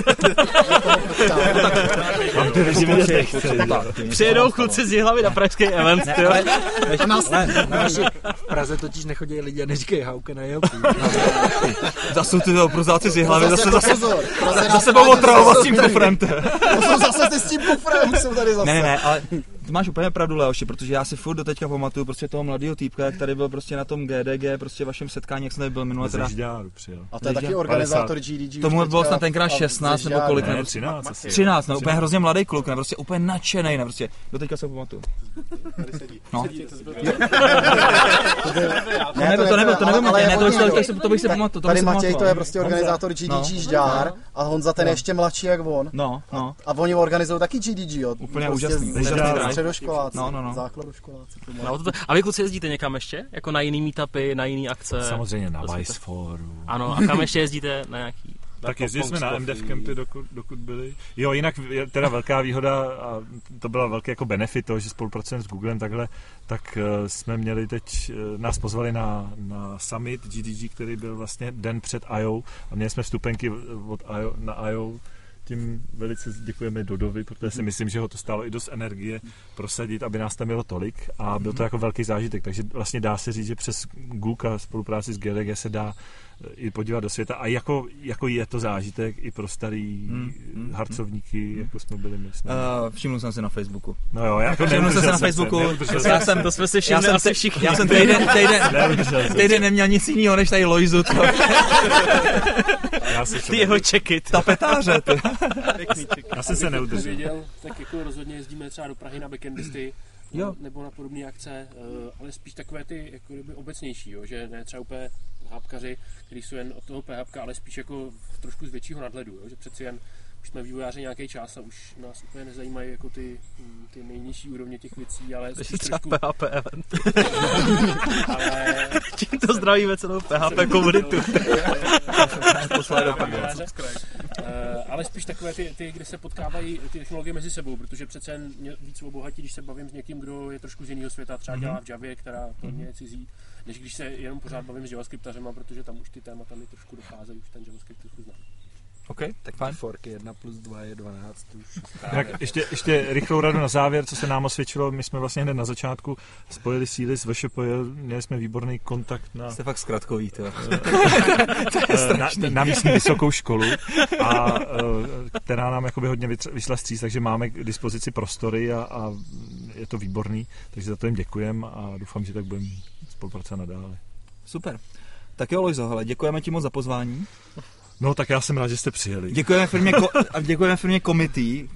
přijedou kluci z Jihlavy na pražský event, jo. V Praze totiž nechodí lidi a neříkají how can I help you. Zase ty prozáci z Jihlavy, zase sebou otravovat s tím kufrem. To jsou zase ty s tím kufrem, jsou tady zase. Ne, ale ty máš úplně pravdu, Leoši, protože já si furt doteďka pamatuju prostě toho mladého týpka, jak tady byl prostě na tom GDG, prostě vašem setkání, jak jsem tady byl minule teda. A to je taky organizátor GDG. Tomu bylo snad tenkrát 16 nebo kolik, ne? 13, no, úplně hrozně mladý kluk, ne, prostě úplně nadšenej, ne, prostě doteďka se pamatuju. No. To bych si pamatoval. Tady Matěj, to je prostě organizátor GDG Žďár a Honza ten ještě mladší jak on. No. A oni organizují taky GDG, jo. Úplně úžasný. Středoškoláci, základoškoláci. A vy kluci jezdíte někam ještě? Jako na jiný meetupy, na jiný akce? Samozřejmě na Vice Forum. Ano, a kam ještě jezdíte na nějaký? Tak jezdili jsme na MDF campy, dokud byli. Jo, jinak je teda velká výhoda, a to byla velký jako benefit toho, že spolupracujeme s Googlem takhle, tak jsme měli teď, nás pozvali na summit GDG, který byl vlastně den před I.O. a měli jsme vstupenky na I.O. Tím velice děkujeme Dodovi, protože si myslím, že ho to stálo i dost energie prosadit, aby nás tam bylo tolik a byl to jako velký zážitek, takže vlastně dá se říct, že přes Google a spolupráci s GDG se dá i podívat do světa a jako je to zážitek i pro starý harcovníky, jako jsme byli my. Všiml jsem si na Facebooku. No jo, jako všiml jsem si na Facebooku. To jsme si všimli asi všichni. Já jsem týden neměl nic jiného, než tady Lojzu. Ty jeho check-it. Tapetáře, ty. Já jsem se neudržel. Tak jako rozhodně jezdíme třeba do Prahy na backendisty, nebo na podobné akce, ale spíš takové ty jako kdyby obecnější, jo? Že ne třeba úplně hápkaři, kteří jsou jen od toho PHPka, ale spíš jako trošku z většího nadhledu, jo? Že přeci jen už jsme vývojáři nějaký čas a už nás úplně nezajímají jako ty nejnižší úrovně těch věcí, ale spíš trošku... PHP event. Tímto zdravíme celou PHP komunitu. Ale spíš takové ty, kde se potkávají ty technologie mezi sebou, protože přece jen mě víc obohatí, když se bavím s někým, kdo je trošku z jiného světa, třeba dělá v Javě, která pro mě je cizí, než když se jenom pořád bavím s JavaScriptařema, protože tam už ty témata mi trošku docházejí, už ten JavaScript trošku znám. OK, tak fajn. Forky 1 plus 2 je 12. Tak ještě rychlou radu na závěr, co se nám osvědčilo. My jsme vlastně hned na začátku spojili síly s VŠP, měli jsme výborný kontakt na... Jste fakt zkratkový, to. na místní vysokou školu, a která nám jakoby hodně vyšla vstříc, takže máme k dispozici prostory a je to výborný, takže za to jim děkujeme a doufám, že tak budeme spolupracovat nadále. Super. Tak jo, Lojzo, hele, děkujeme ti moc za pozvání. No, tak já jsem rád, že jste přijeli. Děkujeme firmě Comity,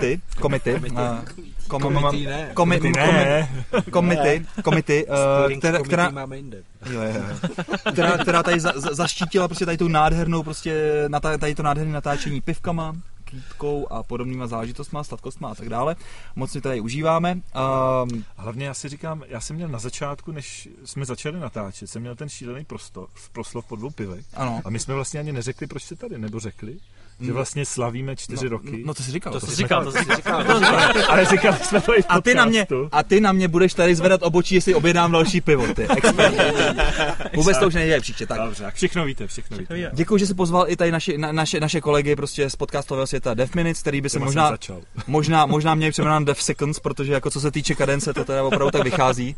která tady zaštítila prostě tady tu nádhernou prostě tady to nádherné natáčení pivkama, kytkou a podobnýma záležitostma, statkostma a tak dále. Moc si tady užíváme. Hlavně já si říkám, já jsem měl na začátku, než jsme začali natáčet, jsem měl ten šílený proslov po 2 pivech. Ano. A my jsme vlastně ani neřekli, proč jste tady, nebo řekli? Že vlastně slavíme 4 roky. No to jsi říkal. To jsi říkal. Ale říkali jsme to i v podcastu. A ty na mě budeš tady zvedat obočí, jestli objednám další pivo, ty. Vůbec to už nejde příště. Tak. Dobře, všechno víte. Děkuji, že jsi pozval i tady naše kolegy prostě z podcastového světa Dev Minutes, který by se možná měli přeměnit Dev Seconds, protože jako co se týče kadence, to teda opravdu tak vychází.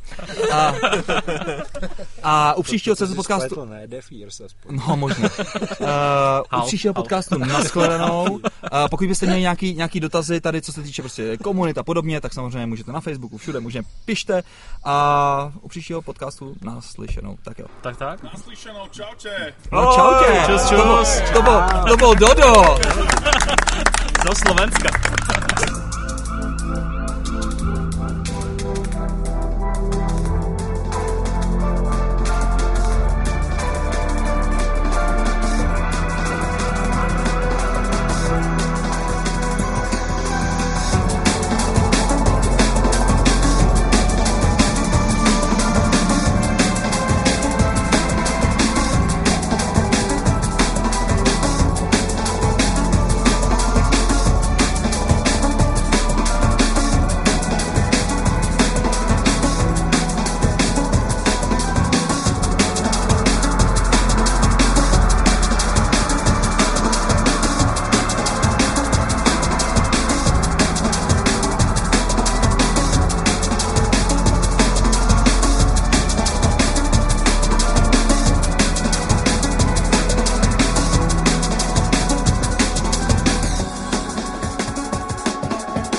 A u příštího podcastu... No, možná. U příštího podcastu nashledanou. Pokud byste měli nějaký dotazy tady, co se týče prostě komunit a podobně, tak samozřejmě můžete na Facebooku, všude můžeme pište a u příštího podcastu naslyšenou. Tak jo. Tak. Naslyšenou, čaute. No, čaute. Čus. To byl Dodo. Do Slovenska.